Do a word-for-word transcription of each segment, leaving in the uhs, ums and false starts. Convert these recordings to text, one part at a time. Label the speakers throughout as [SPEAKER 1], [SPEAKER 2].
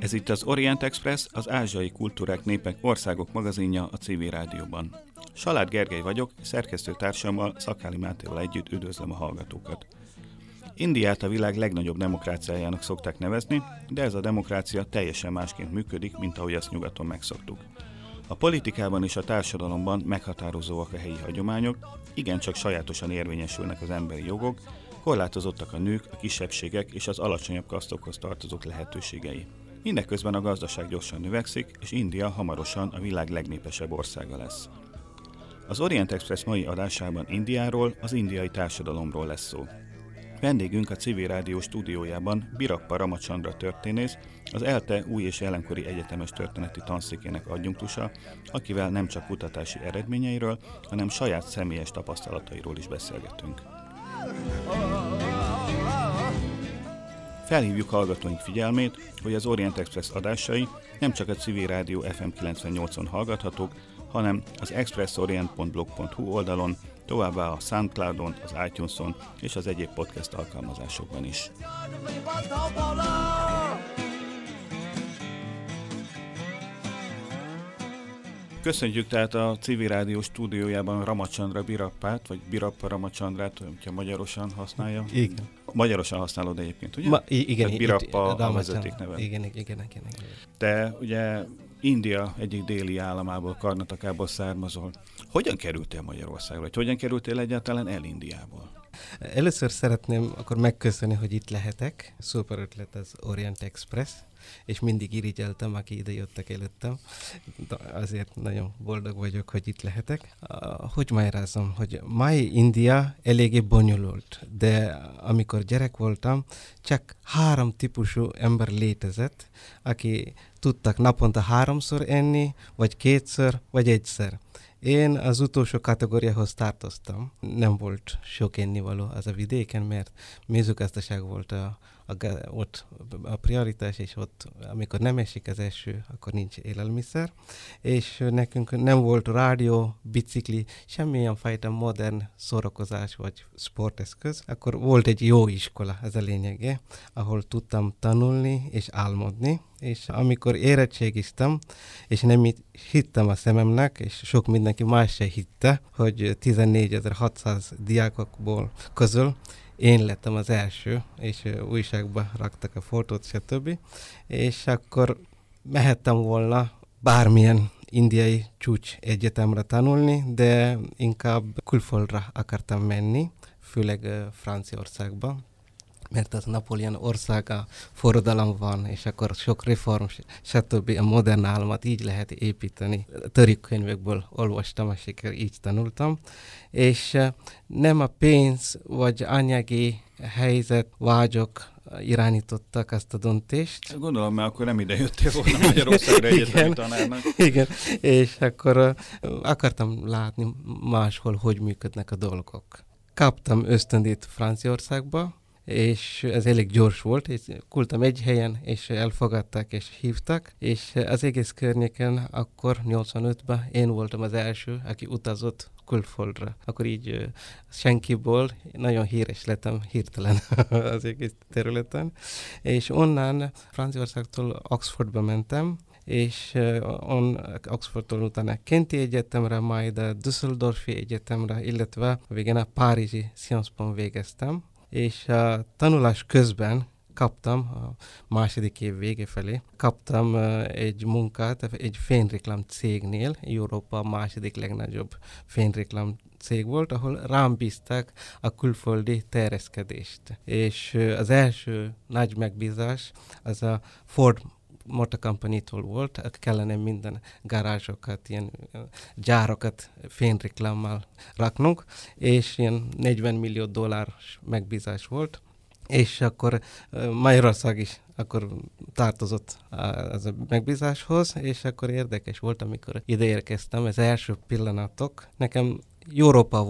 [SPEAKER 1] Ez itt az Orient Express, az ázsiai kultúrák, népek, országok magazinja a Civil Rádióban. Salád Gergely vagyok, szerkesztőtársammal, Szakáli Mátéval együtt üdvözlöm a hallgatókat. Indiát a világ legnagyobb demokráciájának szokták nevezni, de ez a demokrácia teljesen másként működik, mint ahogy azt nyugaton megszoktuk. A politikában és a társadalomban meghatározóak a helyi hagyományok, igencsak sajátosan érvényesülnek az emberi jogok, korlátozottak a nők, a kisebbségek és az alacsonyabb kasztokhoz tartozók lehetőségei. Mindeközben a gazdaság gyorsan növekszik, és India hamarosan a világ legnépesebb országa lesz. Az Orient Express mai adásában Indiáról, az indiai társadalomról lesz szó. Vendégünk a Civil Rádió stúdiójában Birappa Ramachandra történész, az ELTE új- és jelenkori egyetemes történeti tanszékének adjunktusa, akivel nem csak kutatási eredményeiről, hanem saját személyes tapasztalatairól is beszélgetünk. Felhívjuk hallgatóink figyelmét, hogy az Orient Express adásai nem csak a Civil Rádió ef em kilencvennyolcon hallgathatók, hanem az expressorient pont blog pont hu oldalon, továbbá a Soundcloudon, az iTuneson és az egyéb podcast alkalmazásokban is. Köszönjük tehát a Civil Rádió stúdiójában Ramachandra Birappát, vagy Birappa Ramachandrát, hogyha magyarosan használja.
[SPEAKER 2] Igen.
[SPEAKER 1] Magyarosan használod egyébként, ugye?
[SPEAKER 2] Ma, igen.
[SPEAKER 1] Tehát Birappa a vezetékneve.
[SPEAKER 2] Igen, igen, igen, igen.
[SPEAKER 1] Te ugye India egyik déli államából, Karnatakából származol. Hogyan kerültél Magyarországra, vagy hogyan kerültél egyáltalán el Indiából?
[SPEAKER 2] Először szeretném akkor megköszönni, hogy itt lehetek. Szuper ötlet az Orient Express, és mindig irigyeltem, aki ide jöttek előttem. De azért nagyon boldog vagyok, hogy itt lehetek. Hogy magyarázom, hogy mai India eléggé bonyolult, de amikor gyerek voltam, csak három típusú ember létezett, aki tudtak naponta háromszor enni, vagy kétszer, vagy egyszer. Én az utolsó kategóriához tartoztam. Nem volt sok ennivaló az a vidéken, mert mezőgazdaság volt a, a, ott a prioritás, és ott, amikor nem esik az eső, akkor nincs élelmiszer. És nekünk nem volt rádió, bicikli, semmilyen fajta modern szórakozás vagy sporteszköz. Akkor volt egy jó iskola, ez a lényege, ahol tudtam tanulni és álmodni. És amikor érettségiztem, és nem hittem a szememnek, és sok mindenki más se hitte, hogy tizennégyezer-hatszáz diákokból közül én lettem az első, és újságba raktak a fotót, stb. És akkor mehettem volna bármilyen indiai csúcs egyetemre tanulni, de inkább külföldre akartam menni, főleg Franciaországba, mert az Napóleon országa, forradalom van, és akkor sok reform, stb. A modern államat így lehet építeni. Törőkönyvekből olvastam, és így tanultam. És nem a pénz vagy anyagi helyzet, vágyok irányítottak ezt a döntést.
[SPEAKER 1] Gondolom, mert akkor nem ide jöttél volna Magyarországra egyetemi tanárnak.
[SPEAKER 2] Igen, és akkor uh, akartam látni máshol, hogy működnek a dolgok. Kaptam ösztöndíjt Franciaországba, és ez elég gyors volt, és kultam egy helyen, és elfogadták, és hívtak, és az egész környéken akkor nyolcvanötben én voltam az első, aki utazott külföldre. Akkor így senkiből nagyon híres lettem hirtelen az egész területen, és onnan Franciaországtól Oxfordba mentem, és on Oxfordtól utána Kenti Egyetemre, majd a Düsseldorfi Egyetemre, illetve végén a Párizsi Sciences Po-n végeztem, és a tanulás közben kaptam, a második év vége felé, kaptam uh, egy munkát egy fényreklám cégnél, Európa második legnagyobb fényreklám cég volt, ahol rám bíztak a külföldi terjeszkedést. És uh, az első nagy megbízás az a Ford Motor Company-tól volt, kellene minden garázsokat, ilyen gyárokat fényreklámmal raknunk, és ilyen negyven millió dolláros megbízás volt, és akkor Magyarország is akkor tartozott az a megbízáshoz, és akkor érdekes volt, amikor ide érkeztem, az első pillanatok. Nekem Európa volt,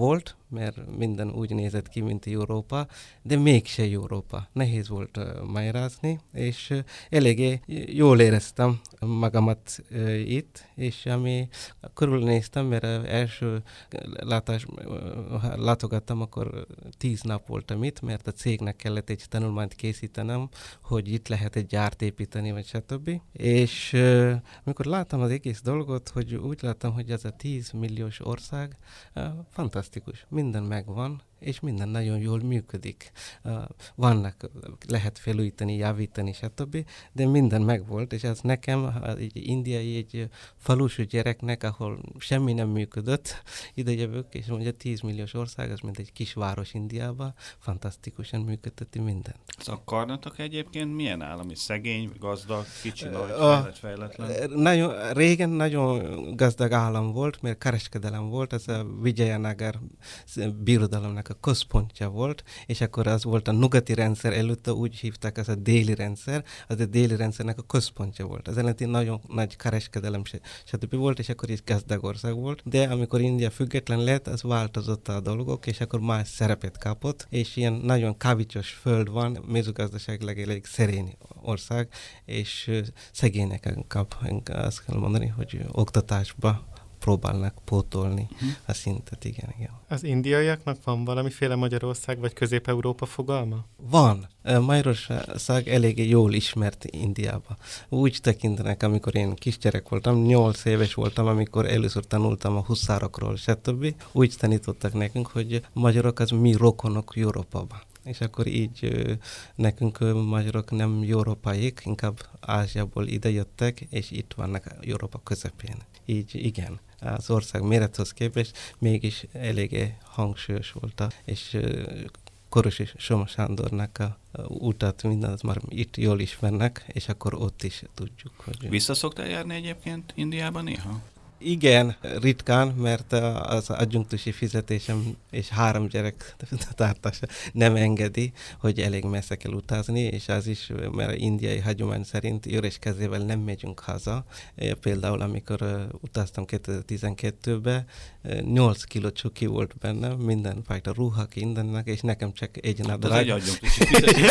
[SPEAKER 2] mert minden úgy nézett ki, mint Európa, de mégse Európa. Nehéz volt uh, magyarázni, és uh, eléggé jól éreztem magamat uh, itt, és ami körülnéztem, mert uh, első látás, uh, látogattam, akkor tíz nap voltam itt, mert a cégnek kellett egy tanulmányt készítenem, hogy itt lehet egy gyárt építeni, vagy stb. És uh, amikor láttam az egész dolgot, hogy úgy láttam, hogy ez a tíz milliós ország uh, fantasztikus, minden megvan, és minden nagyon jól működik. Uh, vannak, lehet felújítani, javítani, stb. De minden megvolt, és ez nekem egy indiai, egy falusi gyereknek, ahol semmi nem működött, ide jövök, és mondja, tíz milliós ország, az mint egy kis város Indiában, fantasztikusan működteti mindent.
[SPEAKER 1] Szóval Karnatak egyébként milyen állami szegény, gazdag, kicsi, nagy, fejlett, fejletlen?
[SPEAKER 2] Nagyon, régen nagyon gazdag állam volt, mert kereskedelem volt, ez a Vijayanagar birodalomnak a központja volt, és akkor az volt a nyugati rendszer, előtte úgy hívták, az a déli rendszer, az a déli rendszernek a központja volt. Az jelenti nagyon nagy kereskedelem, stb. Volt, és akkor is gazdag ország volt, de amikor India független lett, az változott a dolgok, és akkor más szerepet kapott, és ilyen nagyon kavicsos föld van, mezőgazdaságilag elég szerény ország, és szegényeken kap, azt kell mondani, hogy oktatásba próbálnak pótolni uh-huh. a szintet, igen, igen.
[SPEAKER 3] Az indiaiaknak van valamiféle Magyarország vagy Közép-Európa fogalma?
[SPEAKER 2] Van. Magyarország eléggé jól ismert Indiában. Úgy tekintenek, amikor én kisgyerek voltam, nyolc éves voltam, amikor először tanultam a huszárokról, stb. Úgy tanítottak nekünk, hogy magyarok az mi rokonok Európában. És akkor így nekünk magyarok nem európaiak, inkább Ázsiából idejöttek, és itt vannak Európa közepén. Így igen, az ország mérethoz képest mégis eléggé hangsúlyos volt, és Korosi Soma Sándornak a utat, mindent már itt jól ismernek, és akkor ott is tudjuk, hogy...
[SPEAKER 1] Vissza szoktál járni egyébként Indiában néha?
[SPEAKER 2] Igen, ritkán, mert az adjunktusi fizetésem és három gyerek tartása nem engedi, hogy elég messze kell utazni, és az is, mert indiai hagyomány szerint üres kezével nem megyünk haza. Például, amikor utaztam kétezer-tizenkettőben, nyolc kiló csuki volt benne, mindenfajta ruhák, mindennek, és nekem csak egy nadrág.
[SPEAKER 1] Az egy adjunktusi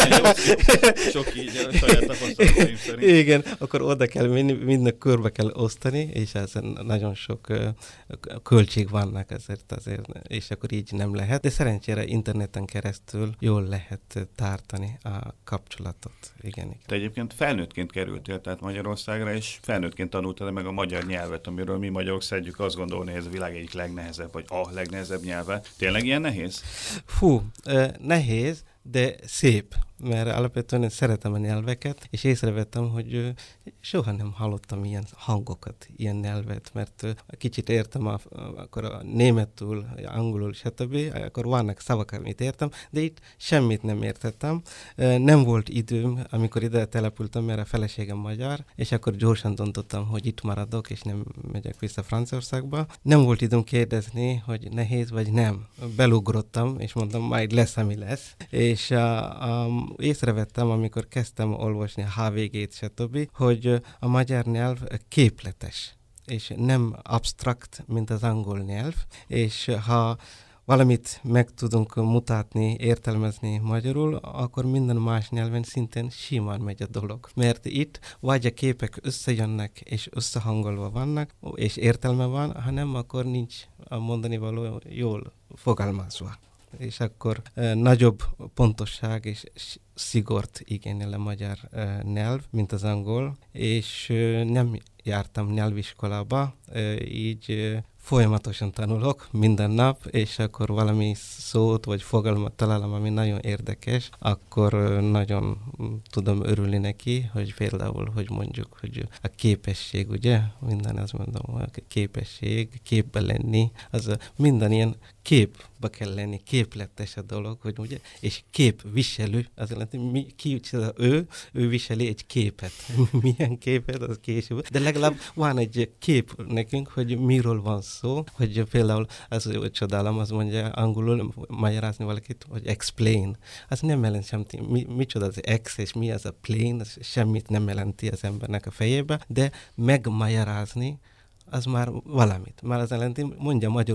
[SPEAKER 1] fizetés, sok így a saját tapasztalataim szerint.
[SPEAKER 2] Igen, akkor oda kell menni, minden körbe kell osztani, és ez nagyon sok uh, költség vannak ezért azért, és akkor így nem lehet. De szerencsére interneten keresztül jól lehet tartani a kapcsolatot. Igen, igen.
[SPEAKER 1] Te egyébként felnőttként kerültél, tehát Magyarországra, és felnőttként tanultad meg a magyar nyelvet, amiről mi magyarok szedjük azt gondolni, hogy ez a világ egyik legnehezebb, vagy a legnehezebb nyelve. Tényleg ilyen nehéz?
[SPEAKER 2] Fú, uh, nehéz, de szép, mert alapvetően én szeretem a nyelveket, és észrevettem, hogy soha nem hallottam ilyen hangokat, ilyen nyelvet, mert kicsit értem a, akkor a németül, angolul, stb., akkor vannak szavak, amit értem, de itt semmit nem értettem. Nem volt időm, amikor ide települtem, mert a feleségem magyar, és akkor gyorsan döntottem, hogy itt maradok, és nem megyek vissza Franciaországba. Nem volt időm kérdezni, hogy nehéz vagy nem. Belugrottam, és mondtam, majd lesz, ami lesz. És a, a észrevettem, amikor kezdtem olvasni a há vé gét, stb., hogy a magyar nyelv képletes, és nem absztrakt, mint az angol nyelv, és ha valamit meg tudunk mutatni, értelmezni magyarul, akkor minden más nyelven szintén simán megy a dolog. Mert itt vagy a képek összejönnek, és összehangolva vannak, és értelme van, ha nem, akkor nincs a mondani való jól fogalmazva. És akkor uh, nagyobb pontosság és szigort igényel a magyar uh, nyelv, mint az angol, és uh, nem jártam nyelviskolába, uh, így uh, folyamatosan tanulok minden nap, és akkor valami szót vagy fogalmat találom, ami nagyon érdekes, akkor uh, nagyon tudom örülni neki, hogy például, hogy mondjuk, hogy a képesség, ugye, minden azt mondom, a képesség, képbe lenni, az uh, minden ilyen képbe kell lenni, képletes a dolog, hogy ugye, és képviselő, az jelenti, mi, ki ő, ő viseli egy képet. Milyen képet, az később. De legalább van egy kép nekünk, hogy miről van szó, hogy például az, hogy csodálom, az mondja angolul magyarázni valakit, hogy explain. Az nem jelent semmit. Mi, micsoda az ex, és mi az a plain, az semmit nem jelenti az embernek a fejébe, de megmagyarázni, az már valamit. Már az jelenti, mondja magyarul.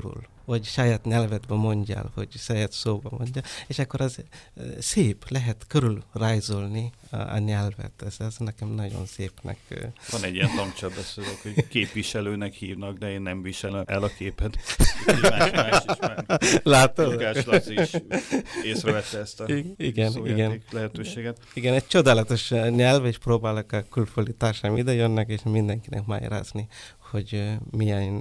[SPEAKER 2] vagy saját nyelvedben mondjál, vagy saját szóban mondjál, és akkor az szép, lehet körül rajzolni a, a nyelvet. Ez, ez nekem nagyon szépnek.
[SPEAKER 1] Van egy ilyen tankcsapdaszöveg, hogy képviselőnek hívnak, de én nem viselem el a képet. Más, más is már.
[SPEAKER 2] Látod?
[SPEAKER 1] Lukács Laci is észrevette ezt a
[SPEAKER 2] igen, igen.
[SPEAKER 1] lehetőséget.
[SPEAKER 2] Igen, egy csodálatos nyelv, és próbálok a külföldi társaim ide jönnek, és mindenkinek magyarázni, hogy milyen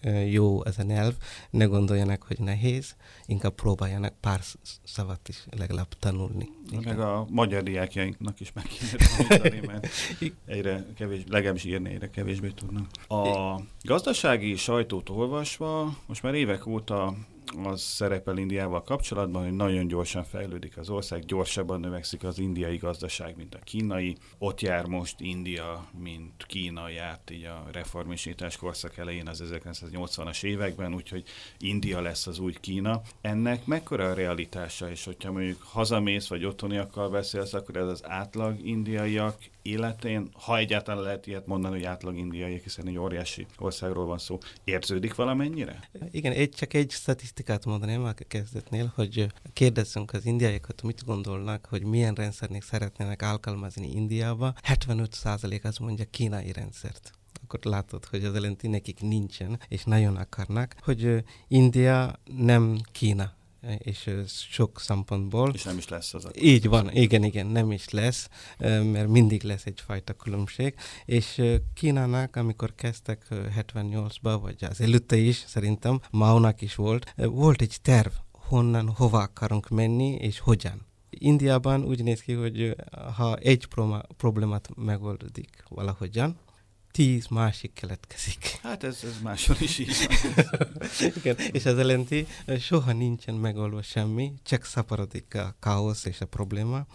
[SPEAKER 2] jó ez a nyelv, ne gondoljanak, hogy nehéz, inkább próbáljanak pár szavat is legalább tanulni.
[SPEAKER 1] Igen. Meg a magyar diákjainknak is meg kéne tanítani, mert egyre kevés, legalábbis írni egyre kevésbé tudnak. A gazdasági sajtót olvasva, most már évek óta az szerepel Indiával kapcsolatban, hogy nagyon gyorsan fejlődik az ország, gyorsabban növekszik az indiai gazdaság, mint a kínai. Ott jár most India, mint Kína járt így a reformisítás korszak elején az ezerkilencszáznyolcvanas években, úgyhogy India lesz az új Kína. Ennek mekkora a realitása, és hogyha mondjuk hazamész, vagy otthoniakkal beszélsz, akkor ez az átlag indiaiak életén, ha egyáltalán lehet ilyet mondani, hogy átlag indiaiak, hiszen egy óriási országról van szó, érződik valamennyire?
[SPEAKER 2] Igen, egy, csak egy statisztikát mondanám a kezdetnél, hogy kérdezzünk az indiaiakat, mit gondolnak, hogy milyen rendszernek szeretnének alkalmazni Indiába. hetvenöt százalék az mondja kínai rendszert. Akkor látod, hogy az jelenti nekik nincsen, és nagyon akarnak, hogy India nem Kína. És sok szempontból.
[SPEAKER 1] És nem is lesz az.
[SPEAKER 2] Így van, igen, igen, nem is lesz, mert mindig lesz egyfajta különbség. És Kínának, amikor kezdtek hetvennyolcban, vagy az előtte is, szerintem Maónak is volt, volt egy terv, honnan, hova akarunk menni, és hogyan. Indiában úgy néz ki, hogy ha egy problémát megoldik valahogyan, tíz másik keletkezik.
[SPEAKER 1] Hát ez, ez máshol is így van.
[SPEAKER 2] Igen, és ez jelenti, soha nincsen megoldva semmi, csak szaporodik a káosz és a probléma,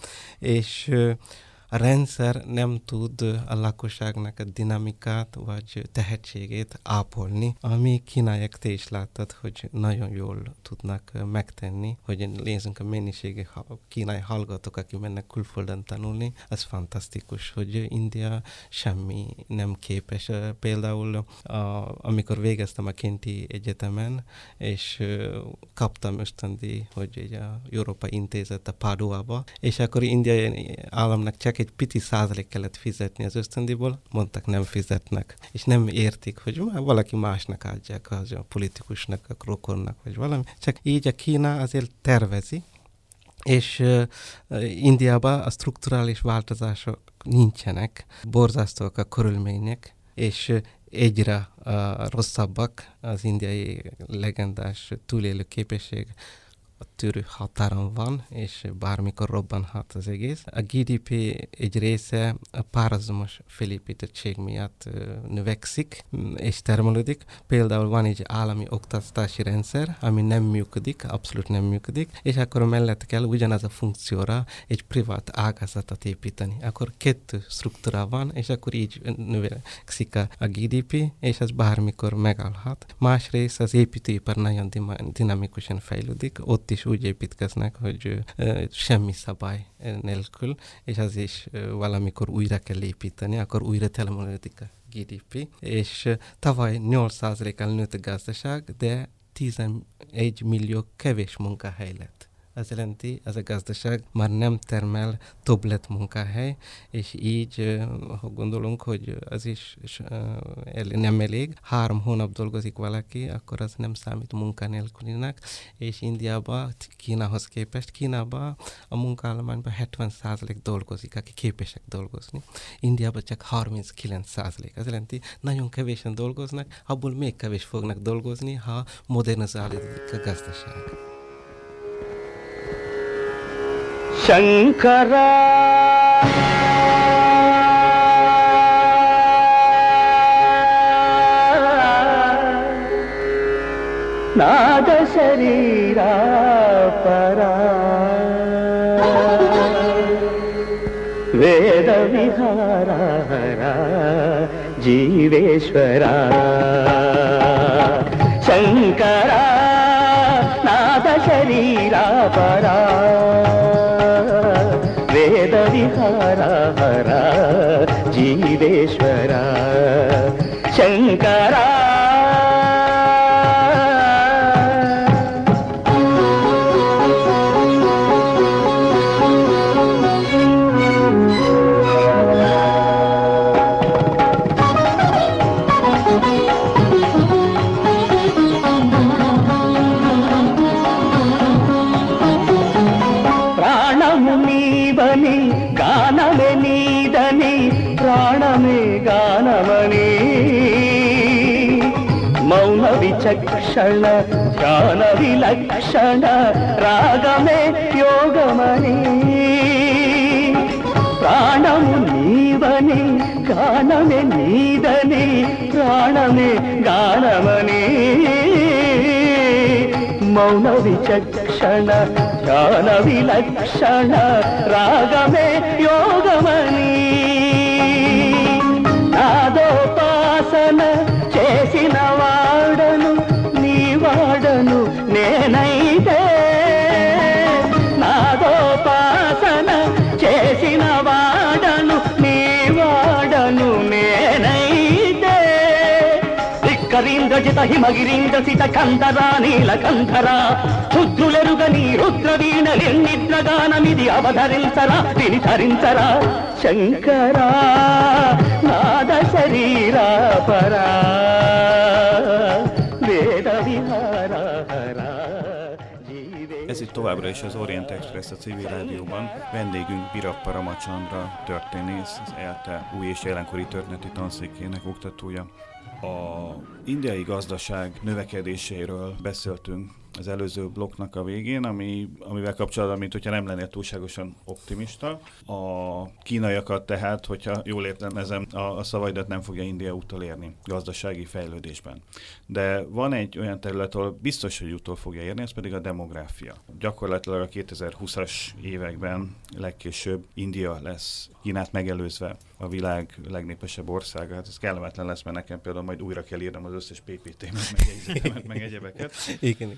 [SPEAKER 2] és a rendszer nem tud a lakosságnak a dinamikát vagy tehetségét ápolni, ami kínaiak, te is láttad, hogy nagyon jól tudnak megtenni, hogy nézzünk a mennyiségi kínai hallgatók, akik mennek külföldön tanulni, az fantasztikus, hogy India semmi nem képes. Például a, amikor végeztem a Kinti Egyetemen, és kaptam ösztöndíj, hogy egy a Európai Intézet a Paduába, és akkor indiai államnak csak egy pici százalék kellett fizetni az ösztöndíjból, mondtak nem fizetnek. És nem értik, hogy valaki másnak adják, az a politikusnak, a rokonnak, vagy valami. Csak így a Kína azért tervezi, és uh, Indiában a strukturális változások nincsenek, borzasztóak a körülmények, és uh, egyre uh, rosszabbak az indiai legendás túlélő képesség, a tűrő határon van, és bármikor robbanhat az egész. A gé dé pé egy része a párhuzamos felépítettség miatt növekszik és termelődik. Például van egy állami oktatási rendszer, ami nem működik, abszolút nem működik, és akkor mellett kell ugyanaz a funkcióra egy privát ágazatot építeni. Akkor kettő struktúra van, és akkor így növekszik a gé dé pé, és ez bármikor megállhat. Másrészt az építőipar nagyon dinamikusan fejlődik, ott is úgy építkeznek, hogy uh, semmi szabály nélkül, és az is uh, valamikor újra kell építeni, akkor újra termelődik a gé dé pé, és uh, tavaly nyolc százalékkal nőtt a gazdaság, de tizenegy millió kevés munkahely lett. Ez jelenti, ez a gazdaság már nem termel többlet munkahely, és így, ha gondolunk, hogy az is nem elég, három hónap dolgozik valaki, akkor az nem számít munkanélkülinek, és Indiában, Kínához képest, Kínában a munkállományban hetven százalék dolgozik, akik képesek dolgozni. Indiában csak harminckilenc százalék. Ez jelenti, nagyon kevésen dolgoznak, abból még kevés fognak dolgozni, ha modernizálódik a gazdaság.
[SPEAKER 4] Shankara Nada Sharira Para Veda Vihara Jiveshwara Shankara Nada Sharira Para Veda Vihara Hara Jiveshwara Shankara నీవని గానమే నీదని ప్రాణమే గానమని మౌన విచక్షణ ధ్యాన విలక్షణ రాగమే యోగమని ప్రాణము నీవని గానమే నీదని ప్రాణమే గానమని మౌన విచక్షణ ధ్యాన విలక్షణ రాగమే యోగమని నాదోపాసన చేసిన వాడను నీ వాడను నేనైతే నాదోపాసన చేసిన వాడను నీ వాడను నేనైతే ధిక్కరీంద్రజిత హిమగిరీంద్ర సిత కంధరా నీలకంధరా రుద్రులెరుగని రుద్రవీణలెన్నిద్రగానమిది అవధరించరా విని ధరించరా శంకరా నాద శరీరా పరా వేద విహారా.
[SPEAKER 1] Ez itt továbbra is az Orient Express a Civil Rádióban. Vendégünk Birak Parama Csandra, történész, az é e té e új és jelenkori történeti tanszékének oktatója. A indiai gazdaság növekedéséről beszéltünk az előző blokknak a végén, ami, amivel kapcsolatban, mint hogyha nem lennél túlságosan optimista. A kínaiakat tehát, hogyha jól értelmezem, a, a szavaidat nem fogja India utolérni gazdasági fejlődésben. De van egy olyan terület, ahol biztos, hogy utol fogja érni, ez pedig a demográfia. Gyakorlatilag a kétezer-húszas években legkésőbb India lesz Kínát megelőzve a világ legnépesebb országa. Hát ez kellemetlen lesz, mert nekem például majd újra kell írnom az összes pé pé té-met, meg jegyzetemet, meg egyebeket.
[SPEAKER 2] Igen.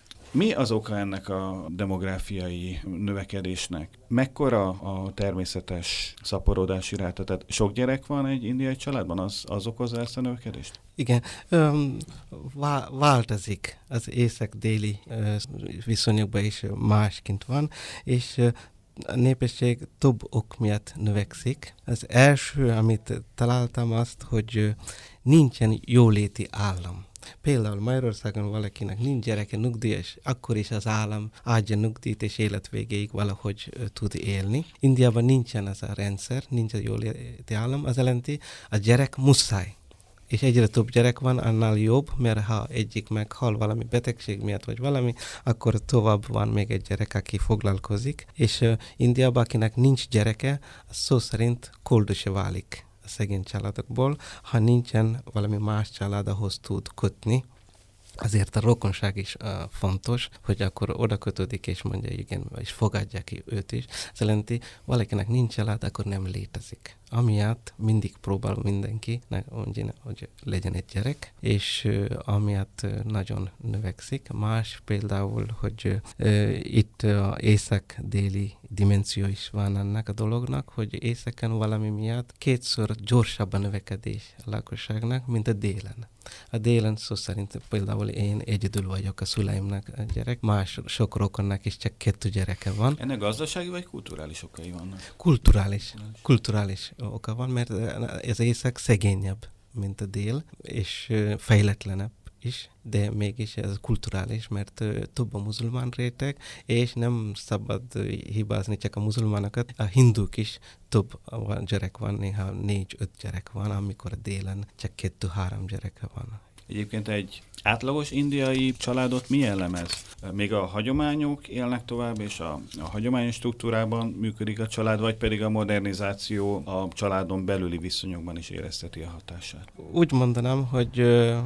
[SPEAKER 1] Mi az oka ennek a demográfiai növekedésnek? Mekkora a természetes szaporodási ráta? Tehát sok gyerek van egy indiai családban? Az, az okozza ezt a növekedést?
[SPEAKER 2] Igen, um, vá- változik. Az észak-déli uh, viszonyokban is másként van, és uh, a népesség több ok miatt növekszik. Az első, amit találtam azt, hogy nincsen jóléti állam. Például Magyarországon valakinek nincs gyereke, nyugdíjas, akkor is az állam adja nyugdíjt és életvégéig valahogy uh, tud élni. Indiában nincsen ez a rendszer, nincs a jóléti állam, az jelenti, a gyerek muszáj. És egyre több gyerek van, annál jobb, mert ha egyik meghal valami betegség miatt, vagy valami, akkor tovább van még egy gyerek, aki foglalkozik. És uh, Indiában, akinek nincs gyereke, az szó szerint kolduse válik a szegény családokból, ha nincsen valami más család, ahhoz tud kötni. Azért a rokonság is uh, fontos, hogy akkor oda kötődik, és mondja igen, és fogadják ki őt is. Ez jelenti, valakinek nincs család, akkor nem létezik. Amiatt mindig próbál mindenki, mondja, hogy legyen egy gyerek, és uh, amiatt uh, nagyon növekszik. Más például, hogy uh, itt uh, észak-déli dimenzió is van ennek a dolognak, hogy északon valami miatt kétszer gyorsabb a növekedés a lakosságnak, mint a délen. A délen szó szerint például én egyedül vagyok a szüleimnek a gyerek, más sok rokonnak is csak kettő gyereke van.
[SPEAKER 1] Ennek gazdasági vagy kulturális okai vannak?
[SPEAKER 2] Kulturális. Kulturális oka van, mert ez észak szegényebb, mint a dél, és fejletlenebb is, de mégis ez kulturális, mert uh, több a muzulmán réteg, és nem szabad uh, hibázni csak a muzulmánokat. A hinduk is több van, gyerek van, néha négy-öt gyerek van, amikor a délen csak kettő-három gyereke van.
[SPEAKER 1] Egyébként egy átlagos indiai családot mi jellemez? Még a hagyományok élnek tovább, és a, a hagyományos struktúrában működik a család, vagy pedig a modernizáció a családon belüli viszonyokban is érezteti a hatását?
[SPEAKER 2] Úgy mondanám, hogy uh,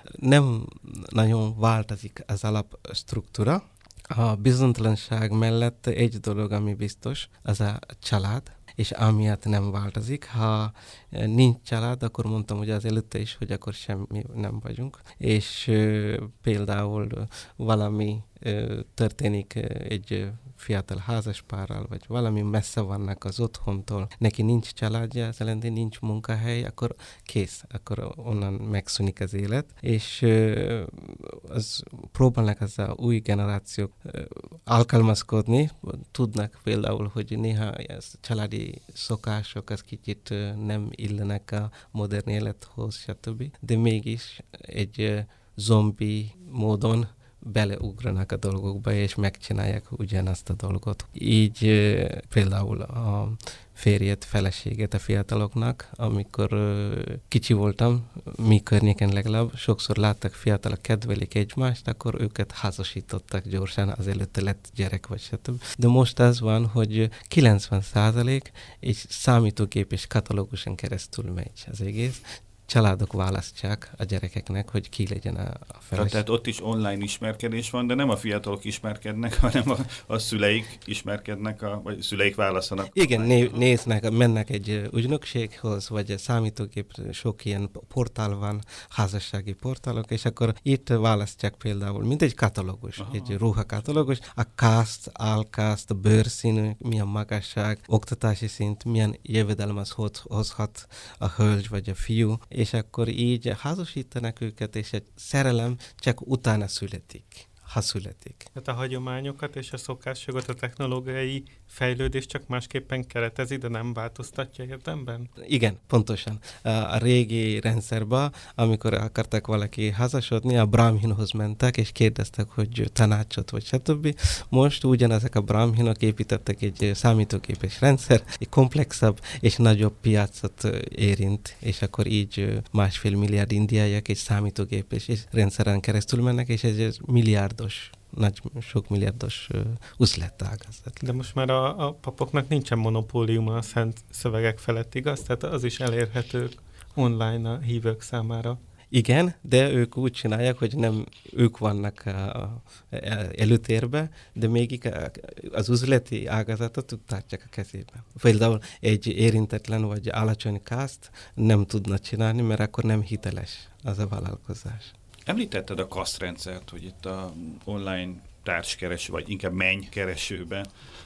[SPEAKER 2] nem nagyon változik az alapstruktúra. A bizonytalanság mellett egy dolog, ami biztos, az a család, és amiatt nem változik. Ha nincs család, akkor mondtam ugye az előtte is, hogy akkor semmi nem vagyunk. És uh, például uh, valami uh, történik uh, egy uh, fiatal házaspárral, vagy valami messze vannak az otthontól, neki nincs családja, az jelenti nincs munkahely, akkor kész, akkor onnan megszűnik az élet, és uh, az próbálnak az a új generációk uh, alkalmazkodni, tudnak például, hogy néha az családi szokások az kicsit uh, nem illenek a modern élethoz, stb. De mégis egy uh, zombi módon beleugranak a dolgokba, és megcsinálják ugyanazt a dolgot. Így e, például a férjet, feleséget a fiataloknak, amikor uh, kicsi voltam, mi környéken legalább, sokszor láttak fiatalok, kedvelik egymást, akkor őket házasítottak gyorsan, az előtte lett gyerek vagy stb. De most az van, hogy kilencven százalék egy számítógép és katalóguson keresztül megy az egész. Családok választják a gyerekeknek, hogy ki legyen a, a feleség.
[SPEAKER 1] Tehát ott is online ismerkedés van, de nem a fiatalok ismerkednek, hanem a, a szüleik ismerkednek, a, vagy szüleik választanak.
[SPEAKER 2] Igen, né- néznek, mennek egy ügynökséghoz, vagy egy számítógép, sok ilyen portál van, házassági portálok, és akkor itt választják például, mint egy katalógus, aha, egy ruhakatalógus, a cast, álcast, a bőrszín, milyen magasság, oktatási szint, milyen jövedelmet hozhat a hölgy vagy a fiú, és akkor így házasítanak őket, és egy szerelem csak utána születik, ha születik.
[SPEAKER 3] Tehát a hagyományokat és a szokásjogot, a technológiai fejlődés csak másképpen keretezi, de nem változtatja érdemben?
[SPEAKER 2] Igen, pontosan. A régi rendszerben, amikor akartak valaki házasodni, a brahminhoz mentek, és kérdeztek, hogy tanácsot, vagy stb. Most ugyanezek a brahminok építettek egy számítógépes rendszer, egy komplexebb és nagyobb piacot érint, és akkor így másfél milliárd indiaiak egy számítógépes rendszeren keresztül mennek, és ez egy milliárdos nagy, sok milliárdos uh, üzletágazat.
[SPEAKER 3] De most már a, a papoknak nincsen monopóliuma a szent szövegek felett, igaz? Tehát az is elérhető online a hívők számára.
[SPEAKER 2] Igen, de ők úgy csinálják, hogy nem ők vannak előtérbe, de mégis az üzleti ágazatot tartják a kezében. Például egy érintetlen vagy alacsony kászt nem tudna csinálni, mert akkor nem hiteles az a vállalkozás.
[SPEAKER 1] Említetted a kasztrendszert, hogy itt a online társkereső, vagy inkább mennykeresőben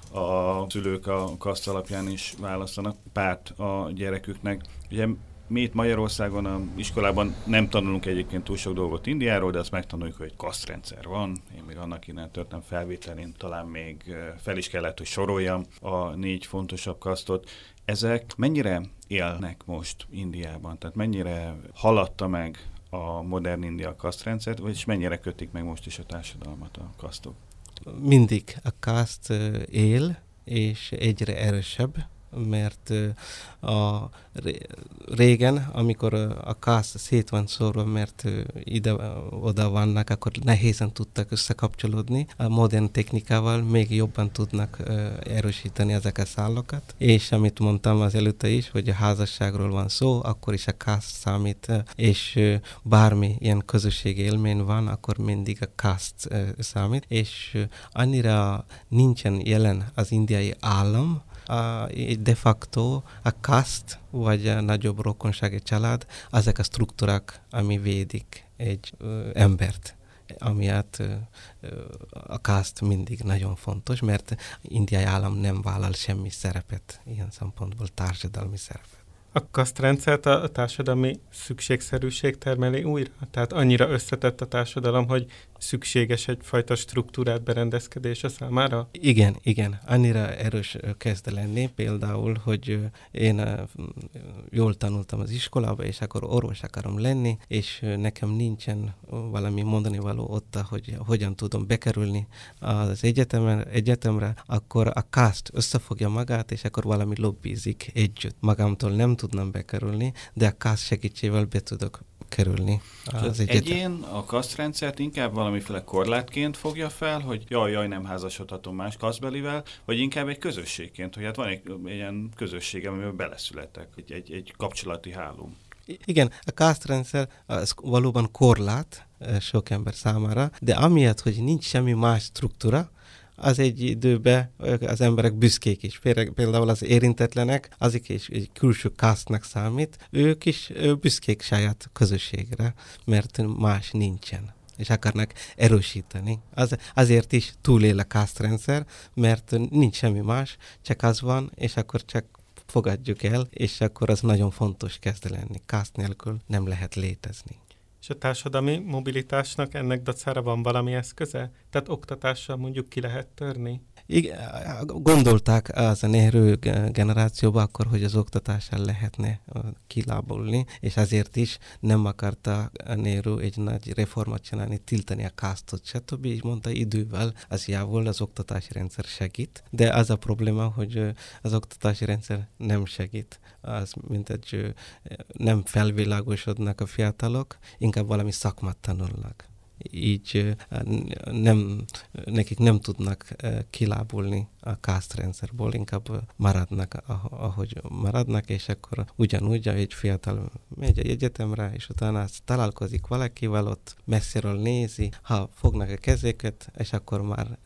[SPEAKER 1] a szülők a kaszt alapján is választanak párt a gyereküknek. Ugye mi itt Magyarországon a iskolában nem tanulunk egyébként túl sok dolgot Indiáról, de azt megtanuljuk, hogy egy kasztrendszer van. Én még annak innen történtem felvételén, talán még fel is kellett, hogy soroljam a négy fontosabb kasztot. Ezek mennyire élnek most Indiában? Tehát mennyire haladta meg a modern India kasztrendszert, vagyis mennyire kötik meg most is a társadalmat a kasztok?
[SPEAKER 2] Mindig a kaszt él, és egyre erősebb, mert a régen, amikor a kaszt szét van szórva, mert ide-oda vannak, akkor nehézen tudtak összekapcsolódni. A modern technikával még jobban tudnak erősíteni ezek a szállakat. És amit mondtam az előtte is, hogy a házasságról van szó, akkor is a kaszt számít, és bármi ilyen közösségi élmény van, akkor mindig a kaszt számít. És annyira nincsen jelen az indiai állam, A, de facto a kaszt, vagy a nagyobb rokonsági család, ezek a struktúrák, ami védik egy ö, embert. Amiatt ö, a kaszt mindig nagyon fontos, mert indiai állam nem vállal semmi szerepet, ilyen szempontból társadalmi szerepet.
[SPEAKER 3] A kasztrendszert a társadalmi szükségszerűség termeli újra? Tehát annyira összetett a társadalom, hogy szükséges egyfajta struktúrát berendezkedése számára?
[SPEAKER 2] Igen, igen. Annyira erős kezd lenni, például, hogy én jól tanultam az iskolába, és akkor orvos akarom lenni, és nekem nincsen valami mondani való ott, hogy hogyan tudom bekerülni az egyetemre, egyetemre, akkor a kaszt összefogja magát, és akkor valami lobbizik együtt. Magamtól nem tudnám bekerülni, de a kaszt segítségével be tudok kerülni.
[SPEAKER 1] Az egyén a kasztrendszert inkább valamiféle korlátként fogja fel, hogy jaj, jaj, nem házasodhatom más kasztbelivel, vagy inkább egy közösségként, hogy hát van egy, egy ilyen közösség, amiben beleszületek, egy, egy, egy kapcsolati háló.
[SPEAKER 2] Igen, a kasztrendszer az valóban korlát sok ember számára, de amiatt, hogy nincs semmi más struktúra, az egy időben az emberek büszkék is. Például az érintetlenek, azok is egy külső kasztnak számít, ők is büszkék saját közösségre, mert más nincsen, és akarnak erősíteni. Az, azért is túlél a kasztrendszer, mert nincs semmi más, csak az van, és akkor csak fogadjuk el, és akkor az nagyon fontos kezd lenni. Kaszt nélkül nem lehet létezni.
[SPEAKER 3] És a társadalmi mobilitásnak ennek dacára van valami eszköze? Tehát oktatással mondjuk ki lehet törni?
[SPEAKER 2] Igen, gondolták az a Nehru generációban akkor, hogy az oktatással lehetne kilábolni, és azért is nem akarta a Nehru egy nagy reformot csinálni, tiltani a kásztot, stb. És mondta, idővel az javul, az oktatási rendszer segít, de az a probléma, hogy az oktatási rendszer nem segít. Az, mint egy nem felvilágosodnak a fiatalok, inkább valami szakmát tanulnak. Így nem, nekik nem tudnak kilábulni a kásztrendszerből, inkább maradnak, ahogy maradnak, és akkor ugyanúgy egy fiatal megy egy egyetemre, és utána találkozik valakivel, ott messziről nézi, ha fognak a kezéket, és akkor már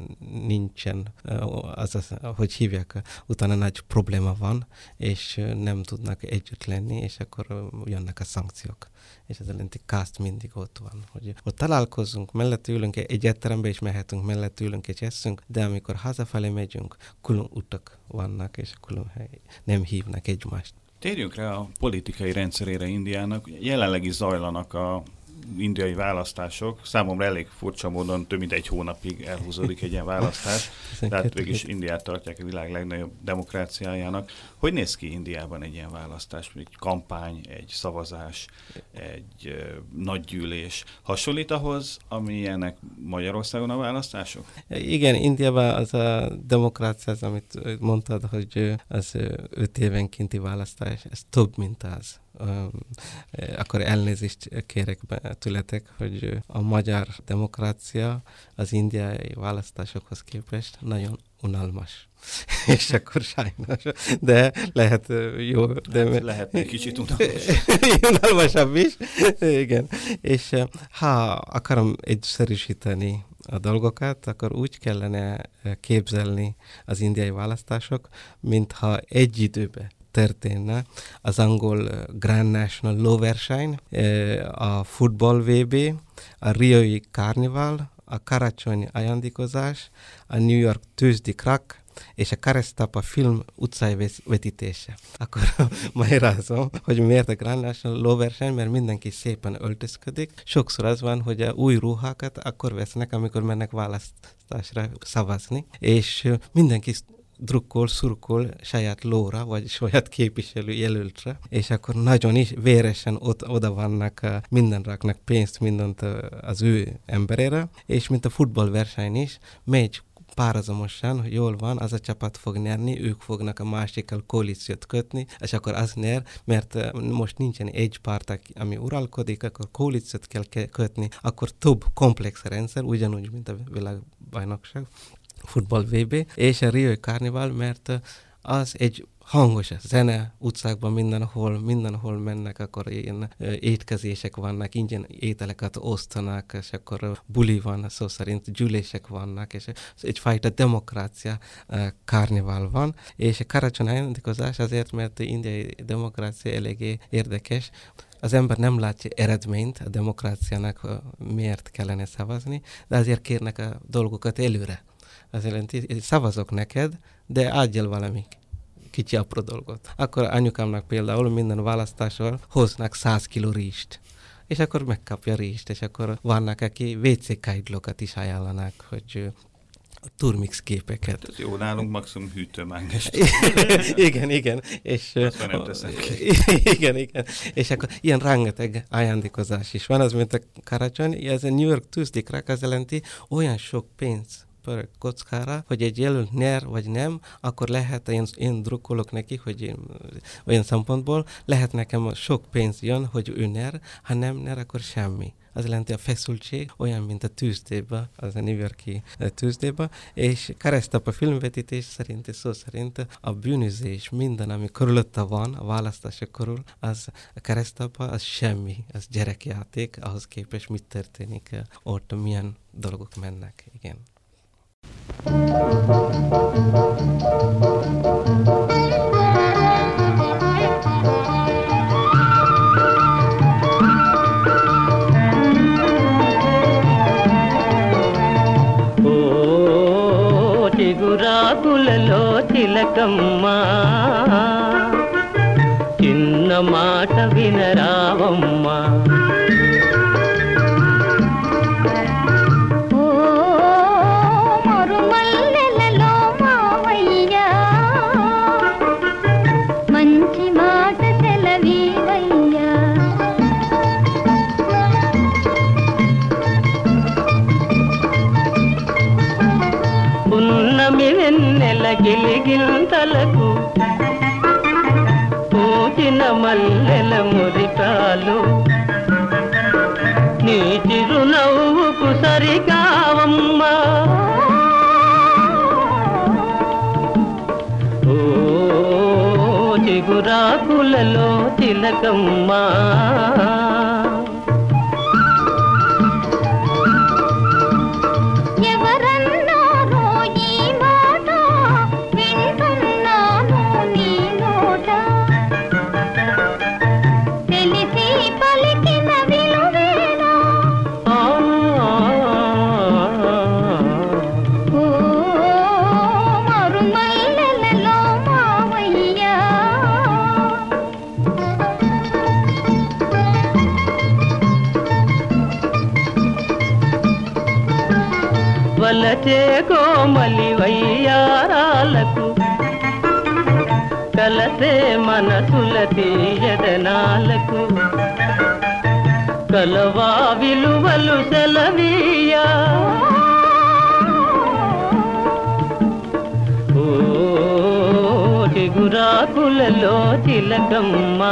[SPEAKER 2] nincsen, az, az, hogy hívják, utána nagy probléma van, és nem tudnak együtt lenni, és akkor jönnek a szankciók. És ez jelenti, kászt mindig ott van. Hogy ott találkozunk, mellett ülünk egy étterembe, és mehetünk, mellett ülünk és eszünk, de amikor hazafelé megyünk, külön utak vannak, és külön hely, nem hívnak egymást.
[SPEAKER 1] Térjünk rá a politikai rendszerére Indiának. Jelenleg is zajlanak a indiai választások. Számomra elég furcsa módon több mint egy hónapig elhúzódik egy ilyen választás. Tehát végülis Indiát tartják a világ legnagyobb demokráciájának. Hogy néz ki Indiában egy ilyen választás? Egy kampány, egy szavazás, egy uh, nagygyűlés. Hasonlít ahhoz, amilyenek Magyarországon a választások?
[SPEAKER 2] Igen, Indiában az a demokrácia, az, amit mondtad, hogy az öt évenkénti választás, ez több, mint az. Um, akkor elnézést kérek tőletek, hogy a magyar demokrácia az indiai választásokhoz képest nagyon unalmas. És akkor sajnos. De lehet jó. De
[SPEAKER 1] hát lehet egy kicsit unalmas.
[SPEAKER 2] Unalmasabb is. Igen. És ha akarom egyszerűsíteni a dolgokat, akkor úgy kellene képzelni az indiai választások, mintha egy időben történne az angol Grand National lóverseny, a futball vé bé, a riói karnivál, a karacsonyi ajándékozás, a New York tőzsdi crack, és a Keresztapa film utcai vetítése. Akkor magyarázom, hogy miért a Grand National lóverseny, mert mindenki szépen öltözködik. Sokszor az van, hogy a új ruhákat akkor vesznek, amikor mennek választásra szavazni, és mindenki drukkol, szurkol saját lóra, vagy saját képviselő jelöltre, és akkor nagyon is véresen ott, oda vannak, minden raknak pénzt, mindent az ő emberére, és mint a futballverseny is, megy párhuzamosan, hogy jól van, az a csapat fog nyerni, ők fognak a másikkal koalíciót kötni, és akkor az nyer, mert most nincsen egy párt, ami uralkodik, akkor koalíciót kell kötni, akkor több komplex rendszer, ugyanúgy, mint a világbajnokság, futball vé bé, és a riói karnivál, mert az egy hangos zene, utcákban mindenhol, mindenhol mennek, akkor ilyen étkezések vannak, ingyen ételeket osztanak, és akkor buli van, szó szerint gyűlések vannak, és egyfajta demokrácia, karnivál van, és a karacsony ajándékozás azért, mert indiai demokrácia eléggé érdekes. Az ember nem látja eredményt a demokráciának, miért kellene szavazni, de azért kérnek a dolgokat előre. Az jelenti, szavazok neked, de adjál valami kicsi apró dolgot. Akkor anyukámnak például minden választásról hoznak száz kiló rizst. És akkor megkapja rizst, és akkor vannak, aki vé cé kagylókat is ajánlanak, hogy turmix képeket.
[SPEAKER 1] Hát ez jó, nálunk maximum hűtőmágnest.
[SPEAKER 2] igen, igen. És,
[SPEAKER 1] nem teszem ki.
[SPEAKER 2] igen, igen. És akkor ilyen rengeteg ajándékozás is van, az mint a karácsony, ez a New York tőzsdi crack, az jelenti olyan sok pénz per kockára, hogy egy jelölt nyer vagy nem, akkor lehet, én, én drukkolok neki, hogy én, olyan szempontból lehet nekem sok pénz jön, hogy ő nyer, ha nem nyer, akkor semmi. Az jelenti a feszültség, olyan, mint a tűzdéba, az a New York-i tűzdéba, és Keresztapa filmvetítés szerint, szó szerint a bűnözés, minden, ami körülötte van, a választások körül, az a Keresztapa, az semmi, az gyerekjáték, ahhoz képest mit történik ott, milyen dolgok mennek, igen.
[SPEAKER 4] ఓ చిగురాకులలో తిలకమ్మా చిన్న మాట వినరావమ్మా చుక్కలకు పూచిన మల్లెల మురికాలు నీ చిరునవ్వుకు సరికావమ్మా ఓ చిగురాకులలో తిలకమ్మా వలచే కోమలి వయ్యారాలకు కలసే మనసుల తీయదనాలకు కలవా విలువలు సెలవీయా ఓ చిగురాకులలో తిలకమ్మా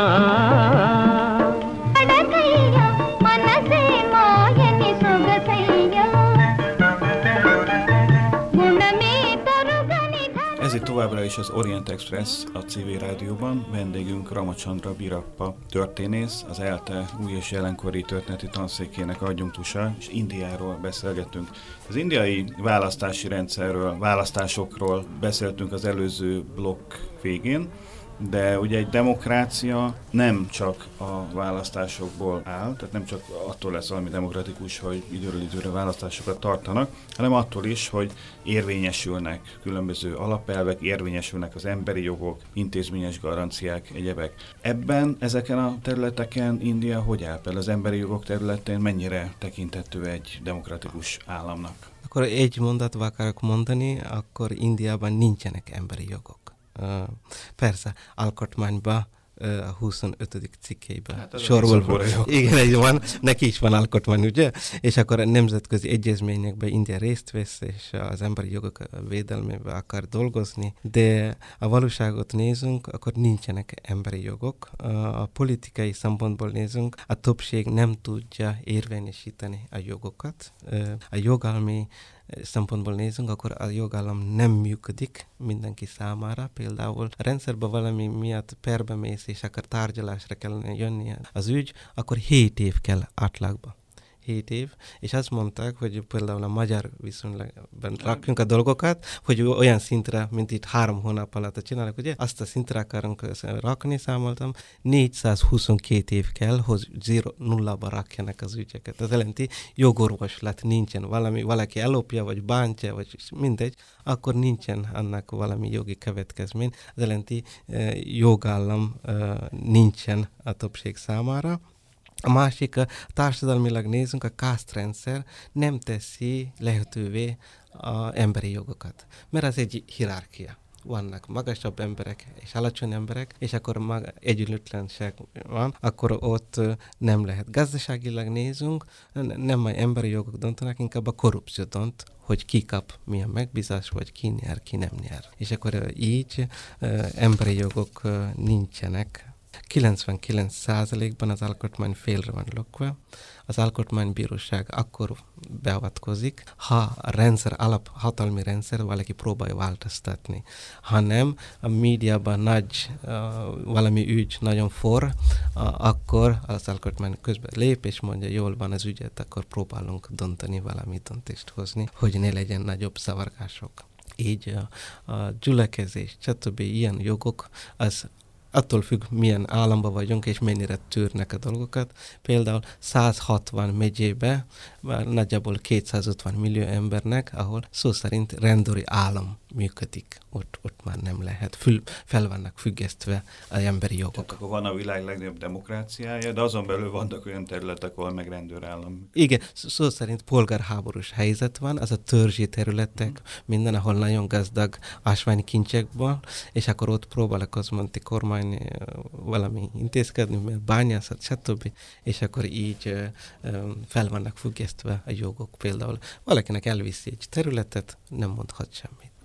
[SPEAKER 1] Ez itt továbbra is az Orient Express a civil rádióban. Vendégünk Ramachandra Birappa történész, az ELTE új és jelenkori történeti tanszékének adjunktusa, és Indiáról beszélgettünk. Az indiai választási rendszerről, választásokról beszéltünk az előző blokk végén, de ugye egy demokrácia nem csak a választásokból áll, tehát nem csak attól lesz valami demokratikus, hogy időről időre választásokat tartanak, hanem attól is, hogy érvényesülnek különböző alapelvek, érvényesülnek az emberi jogok, intézményes garanciák, egyebek. Ebben, ezeken a területeken India hogy áll? Például az emberi jogok területén mennyire tekinthető egy demokratikus államnak?
[SPEAKER 2] Akkor egy mondatba akarok mondani, akkor Indiában nincsenek emberi jogok. Uh, persze, alkotmányban uh, a huszonötödik cikkeiben
[SPEAKER 1] hát
[SPEAKER 2] sorol. Igen, így van, neki is van alkotmány, ugye? És akkor a nemzetközi egyezményekben India részt vesz, és az emberi jogok védelmében akar dolgozni, de a valóságot nézünk, akkor nincsenek emberi jogok. Uh, a politikai szempontból nézünk, a többség nem tudja érvényesíteni a jogokat. Uh, a jogalmi szempontból nézünk, akkor a jogállam nem működik mindenki számára. Például a rendszerben valami miatt perbe mész, és akkor tárgyalásra kellene jönni az ügy, akkor hét év kell átlagban. hét év, és azt mondták, hogy például a magyar viszonylatban rakjunk a dolgokat, hogy olyan szintre, mint itt három hónap alatt csinálnak, ugye? Azt a szintre akarunk rakni, számoltam, négyszázhuszonkettő év kell, hogy zero, nullába rakjanak az ügyeket. Ez jelenti, jogorvoslat nincsen, valami, valaki ellopja, vagy bántja, vagy mindegy, akkor nincsen annak valami jogi következmény. Ez jelenti, jogállam nincsen a többség számára. A másik, a társadalmilag nézünk, a kásztrendszer nem teszi lehetővé az emberi jogokat, mert az egy hierarchia. Vannak magasabb emberek és alacsony emberek, és akkor mag- egyenlőtlenség van, akkor ott nem lehet. Gazdaságilag nézünk, nem a emberi jogok döntenek, inkább a korrupció dönt, hogy ki kap milyen megbízás, vagy ki nyer, ki nem nyer. És akkor így emberi jogok nincsenek. kilencvenkilenc százalékban az alkotmány félre van lökve. Az alkotmánybíróság akkor beavatkozik, ha a rendszer, alaphatalmi rendszer valaki próbálja változtatni. Ha nem, a médiában nagy uh, valami ügy nagyon for, uh, akkor az alkotmány közben lép, és mondja, jól van az ügyet, akkor próbálunk dönteni, valami döntést hozni, hogy ne legyen nagyobb zavargások. Így a, a gyülekezés, stb. Ilyen jogok, az attól függ, milyen államban vagyunk, és mennyire tűrnek a dolgokat. Például száz hatvan megyébe, nagyjából kétszázötven millió embernek, ahol szó szerint rendőri állam működik. Ott, ott már nem lehet. Fül, fel vannak függesztve az emberi jogok.
[SPEAKER 1] Tehát akkor van a világ legnagyobb demokráciája, de azon belül vannak olyan területek, ahol meg rendőrállam.
[SPEAKER 2] Igen, szó szerint polgárháborús helyzet van, az a törzsi területek, mm. minden, ahol nagyon gazdag ásványkincsekből, és akkor ott próbál a központi kormány valami intézkedni, mert bányászat, stb. És akkor így fel vannak függesztve a jogok. Például valakinek elviszi egy területet, nem mondhat semmit.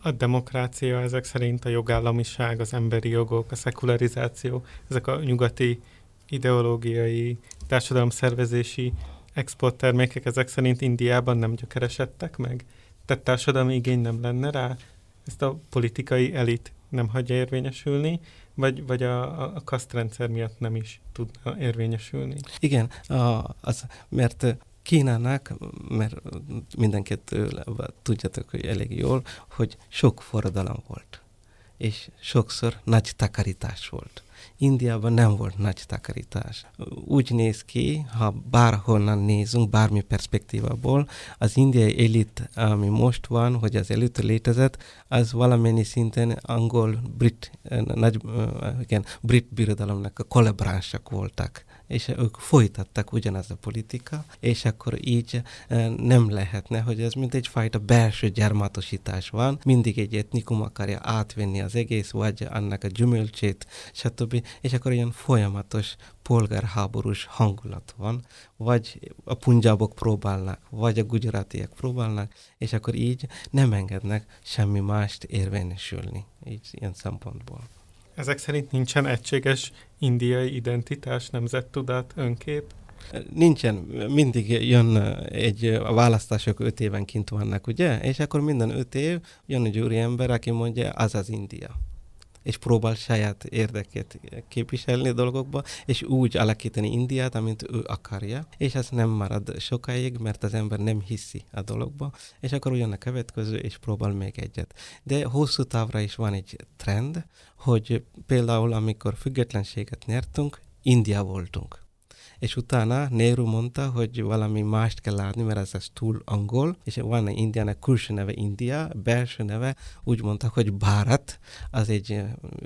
[SPEAKER 3] A demokrácia ezek szerint a jogállamiság, az emberi jogok, a szekularizáció, ezek a nyugati ideológiai, társadalomszervezési exporttermékek ezek szerint Indiában nem gyökeresedtek meg? Tehát társadalmi igény nem lenne rá? Ezt a politikai elit nem hagyja érvényesülni, vagy, vagy a, a kasztrendszer miatt nem is tudna érvényesülni?
[SPEAKER 2] Igen, a, az, mert Kínának, mert mindenkit tudjátok, hogy elég jól, hogy sok forradalom volt, és sokszor nagy takarítás volt. Indiában nem volt nagy takarítás. Úgy néz ki, ha bárhonnan nézünk, bármi perspektívából, az indiai elit, ami most van, hogy az előtt létezett, az valamennyi szinten angol-brit, nagy, igen, brit birodalomnak a kollaboránsak voltak, és ők folytattak ugyanaz a politika, és akkor így nem lehetne, hogy ez mint egyfajta belső gyarmatosítás van, mindig egy etnikum akarja átvenni az egész, vagy annak a gyümölcsét, stb. És akkor ilyen folyamatos polgárháborús hangulat van, vagy a punjabok próbálnak, vagy a gujaratiek próbálnak, és akkor így nem engednek semmi mást érvényesülni, így ilyen szempontból.
[SPEAKER 3] Ezek szerint nincsen egységes indiai identitás, nemzettudat, önkép?
[SPEAKER 2] Nincsen, mindig jön egy, a választások öt évenként vannak, ugye? És akkor minden öt év jön egy úriember, aki mondja, az az India. És próbál saját érdekét képviselni a dolgokba, és úgy alakítani Indiát, amint ő akarja, és ez nem marad sokáig, mert az ember nem hiszi a dologba, és akkor jön a következő, és próbál még egyet. De hosszú távra is van egy trend, hogy például amikor függetlenséget nyertünk, India voltunk. És utána Nehru mondta, hogy valami mást kell látni, mert ez, ez túl angol, és van egy Indiának külső neve India, belső neve úgy mondta, hogy Bharat, az egy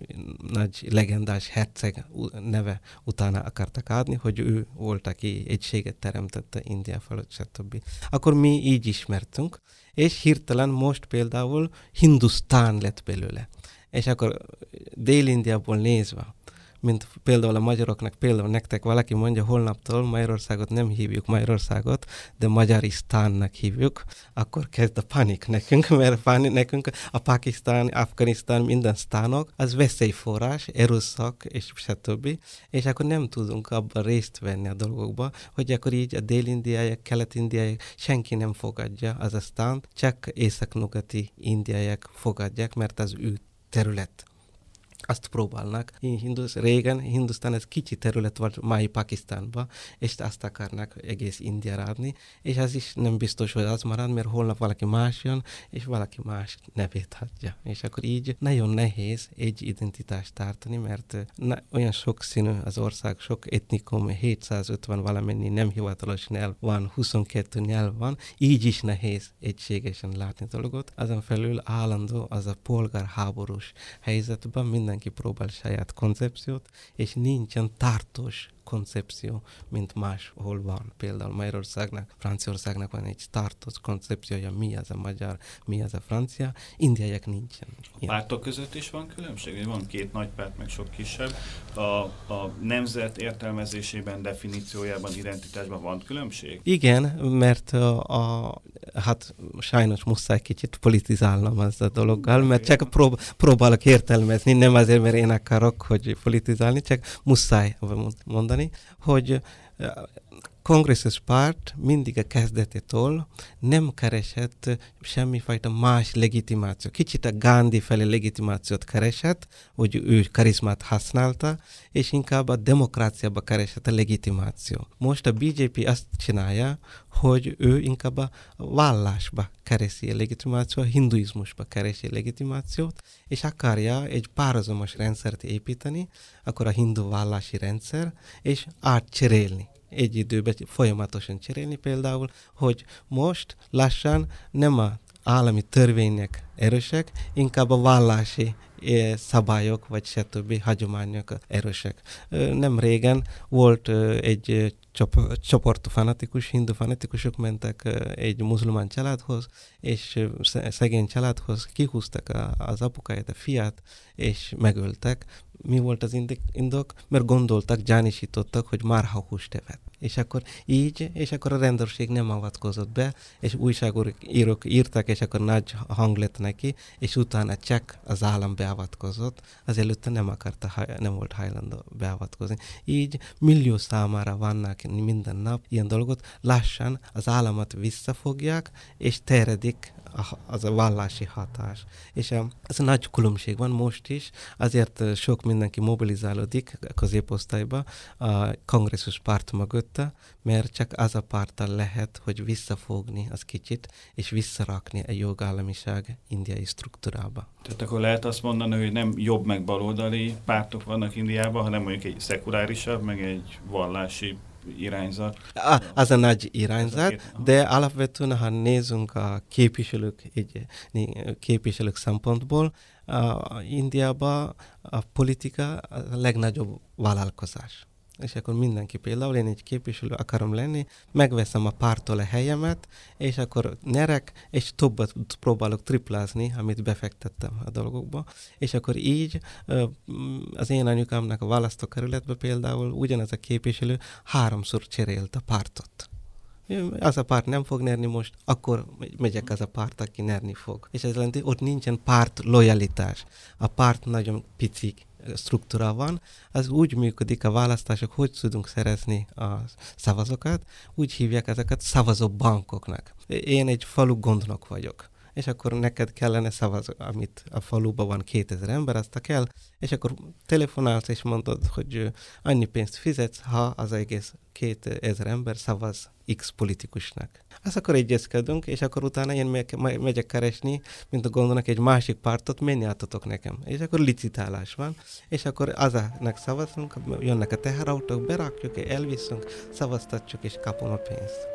[SPEAKER 2] nagy legendás herceg neve utána akartak adni, hogy ő volt, aki egységet teremtette India felett, stb. Akkor mi így ismertünk, és hirtelen most például Hindusztán lett belőle. És akkor Dél-Indiából nézve, mint például a magyaroknak, például nektek valaki mondja, holnaptól Magyarországot nem hívjuk Magyarországot, de Magyarisztánnak hívjuk, akkor kezd a panik nekünk, mert panik nekünk a Pakisztán, Afganisztán, minden sztánok, az veszélyforrás, erőszak, és stb. És akkor nem tudunk abban részt venni a dolgokba, hogy akkor így a dél-indiaiak, kelet-indiaiak, senki nem fogadja az a sztánt, csak észak-nyugati indiaiak fogadják, mert az ő terület. Azt próbálnak. Hindus, régen Hindusztán ez kicsi terület volt mai Pakisztánban, és azt akarnak egész Indiára adni, és az is nem biztos, hogy az marad, mert holnap valaki más jön, és valaki más nevét adja. És akkor így nagyon nehéz egy identitást tartani, mert na, olyan sokszínű az ország, sok etnikum, hétszázötven valamennyi nem hivatalos nyelv van, huszonkettő nyelv van, így is nehéz egységesen látni dolgot. Azon felül állandó az a polgárháborús helyzetben minden mindenki próbál saját koncepciót, és nincsen tartós koncepció, mint máshol van. Például Magyarországnak, Franciaországnak van egy tartós koncepciója, mi az a magyar, mi az a francia, indiaiak nincsen.
[SPEAKER 1] A pártok között is van különbség? Van két nagy párt, meg sok kisebb. A, a nemzet értelmezésében, definíciójában, identitásban van különbség?
[SPEAKER 2] Igen, mert a, a, hát sajnos muszáj kicsit politizálnom ezzel a dologgal, mert csak prób- próbálok értelmezni, nem azért, mert én akarok, hogy politizálni, csak muszáj mondani, hogy kongresszus párt mindig a kezdetétől nem keresett semmifajta más legitimáció. Kicsit a Gandhi felé legitimációt keresett, hogy ő karizmát használta, és inkább a demokráciába keresett a legitimáció. Most a bé jé pé azt csinálja, hogy ő inkább a vallásba keresi a legitimáció, a hinduizmusba keresi a legitimációt, és akarja egy párhuzamos rendszert építeni, akkor a hindu vallási rendszer, és átcserélni. Egy időben folyamatosan cserélni például, hogy most lassan nem az állami törvények erősek, inkább a vallási eh, szabályok, vagy stb. Hagyományok erősek. Nem régen volt eh, egy csop- csoportú fanatikus, hindu fanatikusok mentek egy muzulmán családhoz, és szegény családhoz kihúztak a, az apukáját, a fiát, és megöltek. Mi volt az indok? Mert gondoltak, gyanúsítottak, hogy marha húst evett. És akkor így, és akkor a rendőrség nem avatkozott be, és újságírók írtak, és akkor nagy hang lett neki, és utána csak az állam beavatkozott, az előtte nem akarta, nem volt hajlandó beavatkozni. Így millió számára vannak minden nap ilyen dolgot, lassan az államot visszafogják, és teredik az a vallási hatás. És ez a nagy különbség van most is, azért sok mindenki mobilizálódik a középosztályba a kongresszus párt mögötte, mert csak az a párttal lehet, hogy visszafogni az kicsit, és visszarakni a jogállamiság indiai struktúrába.
[SPEAKER 1] Tehát akkor lehet azt mondani, hogy nem jobb meg baloldali pártok vannak Indiában, hanem mondjuk egy szekulárisabb, meg egy vallási irányzat.
[SPEAKER 2] A, az a nagy irányzat, de alapvetően, ha nézzünk a képviselők, egy, képviselők szempontból, a Indiában a politika a legnagyobb vállalkozás. És akkor mindenki, például én egy képviselő akarom lenni, megveszem a pártól a helyemet, és akkor nyerek, és többet próbálok triplázni, amit befektettem a dolgokba. És akkor így az én anyukámnak a választókerületbe például ugyanaz a képviselő háromszor cserélt a pártot. Az a párt nem fog nyerni most, akkor megyek az a párt, aki nyerni fog. És ez jelenti, ott nincsen párt lojalitás. A párt nagyon pici struktúra van, az úgy működik a választások, hogy tudunk szerezni a szavazókat, úgy hívják ezeket szavazóbankoknak. Én egy falu gondnok vagyok, és akkor neked kellene szavazó, amit a faluban van kétezer ember, azt kell, és akkor telefonálsz és mondod, hogy annyi pénzt fizetsz, ha az egész kétezer ember szavaz X politikusnak. Azt akkor egyezkedünk, és akkor utána én me- megyek keresni, mint a gondolnak egy másik pártot, menni átatok nekem. És akkor licitálás van, és akkor azoknak szavazunk, jönnek a teherautók, berakjuk, elviszünk, szavaztatjuk, és kapom a pénzt.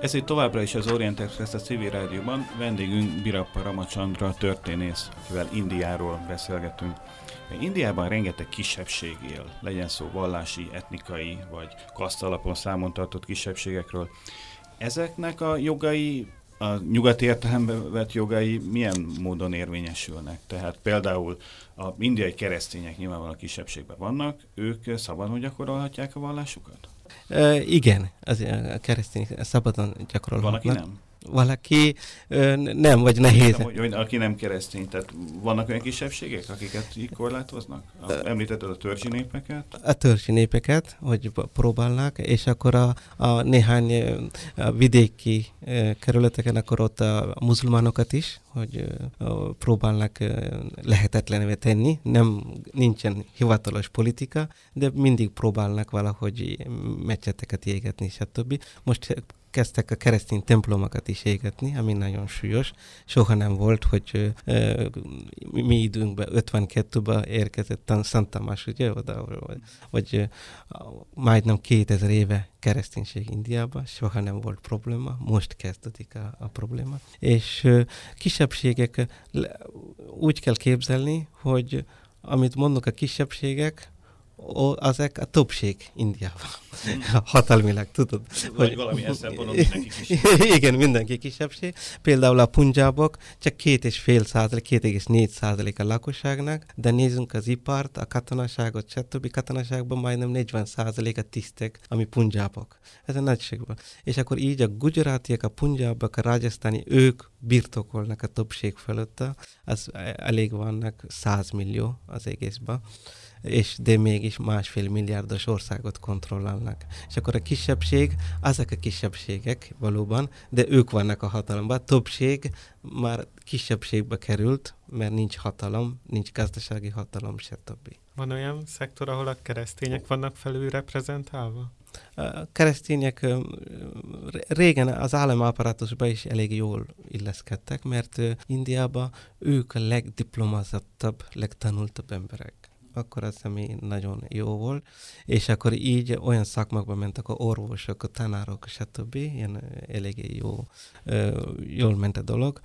[SPEAKER 1] Ez itt továbbra is az Orient Express a Civil Rádióban. Vendégünk Birappa Ramachandra történész, akivel Indiáról beszélgetünk. Indiában rengeteg kisebbség él, legyen szó vallási, etnikai vagy kaszt alapon számon tartott kisebbségekről. Ezeknek a jogai, a nyugati értelemben vett jogai milyen módon érvényesülnek? Tehát például a indiai keresztények nyilvánvalóan a kisebbségben vannak, ők szabadon gyakorolhatják a vallásukat?
[SPEAKER 2] Uh, igen, az, a keresztény szabadon gyakorolhatnak.
[SPEAKER 1] Van, aki nem?
[SPEAKER 2] Valaki ö, nem, vagy nehéz.
[SPEAKER 1] Nem, hogy, aki nem keresztény, tehát vannak olyan kisebbségek, akiket így korlátoznak? A, említetted a törzsi népeket?
[SPEAKER 2] A törzsi népeket, hogy próbálnak, és akkor a, a néhány a vidéki kerületeken, akkor ott a muzulmánokat is, hogy uh, próbálnak uh, lehetetlenvé tenni. Nem, nincsen hivatalos politika, de mindig próbálnak valahogy meccseteket égetni, stb. Most kezdtek a keresztény templomokat is égetni, ami nagyon súlyos. Soha nem volt, hogy uh, mi időnkben, ötvenkettőben érkezett Szent Tamás, ugye, oda, vagy, vagy uh, majdnem kétezer éve kereszténység Indiában, soha nem volt probléma, most kezdődik a, a probléma. És uh, kisebbségek le, úgy kell képzelni, hogy amit mondok a kisebbségek, O, azek a többség Indiában. Hmm. Hatalmilag, tudod?
[SPEAKER 1] Vagy hogy, valamilyen szempontból mindenki kisebbség.
[SPEAKER 2] Igen, mindenki kisebbség. Például a punjábok csak két és fél százalék, két egész négy százalék a lakosságnak, de nézzünk az ipart, a katonaságot, stb. Katonaságban majdnem negyven százalék a tisztek, ami punjábok. Ez a nagyságban. És akkor így a gujarátiak, a punjábok, a rajasztáni, ők birtokolnak a többség fölött, az elég vannak száz millió az egészben, és de mégis másfél milliárdos országot kontrollálnak. És akkor a kisebbség, azok a kisebbségek valóban, de ők vannak a hatalomban. Többség már kisebbségbe került, mert nincs hatalom, nincs gazdasági hatalom, stb.
[SPEAKER 3] Van olyan szektor, ahol a keresztények vannak felül reprezentálva?
[SPEAKER 2] A keresztények régen az államapparátusban is elég jól illeszkedtek, mert Indiában ők a legdiplomázottabb, legtanultabb emberek. Akkor az személy nagyon jó volt, és akkor így olyan szakmákba mentek, a orvosok, a tanárok, stb. Ilyen eléggé jó, jól ment a dolog.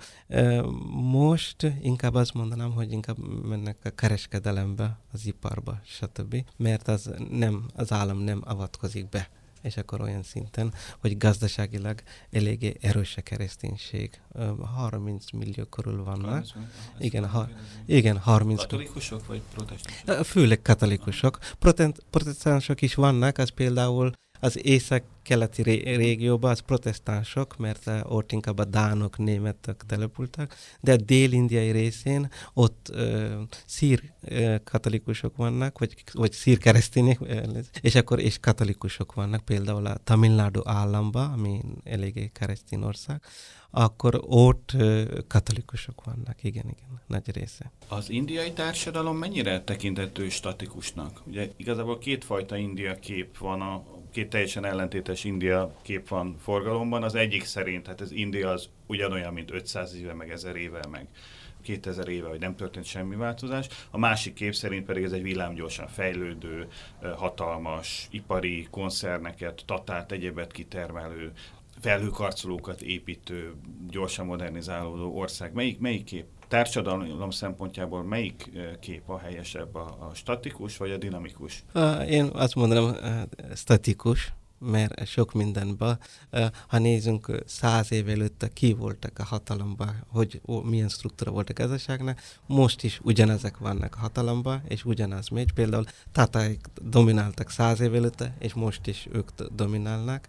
[SPEAKER 2] Most inkább azt mondanám, hogy inkább mennek a kereskedelembe, az iparba, stb. Mert az, nem, az állam nem avatkozik be. És akkor olyan szinten, hogy gazdaságilag eléggé erős a kereszténység. harminc millió körül vannak. Igen, ha, igen, harminc.
[SPEAKER 1] Katolikusok vagy protestánsok?
[SPEAKER 2] Főleg katolikusok. Protestánsok is vannak, az például az észak-keleti ré- régióban az protestánsok, mert ott inkább a dánok, németek települtek, de a dél-indiai részén ott uh, szír uh, katolikusok vannak, vagy, vagy szír keresztények, és akkor és katolikusok vannak, például a Tamil Nadu államban, ami eléggé keresztény ország, akkor ott uh, katolikusok vannak, igen, igen, nagy része.
[SPEAKER 1] Az indiai társadalom mennyire tekinthető statikusnak? Ugye igazából kétfajta India kép van, a két teljesen ellentétes India kép van forgalomban. Az egyik szerint, hát ez India az ugyanolyan, mint ötszáz éve, meg ezer éve, meg kétezer éve, hogy nem történt semmi változás. A másik kép szerint pedig ez egy villámgyorsan fejlődő, hatalmas ipari koncerneket, tatát, egyebet kitermelő, felhőkarcolókat építő, gyorsan modernizálódó ország. Melyik, melyik kép? Társadalom szempontjából melyik kép a helyesebb, a, a statikus vagy a dinamikus?
[SPEAKER 2] Én azt mondanám, statikus, mert sok mindenben, ha nézzünk száz év előtt, ki voltak a hatalomban, hogy ó, milyen struktúra volt a gazdaságnak, most is ugyanezek vannak a hatalomban, és ugyanaz megy. Például tatáik domináltak száz év előtt, és most is ők dominálnak.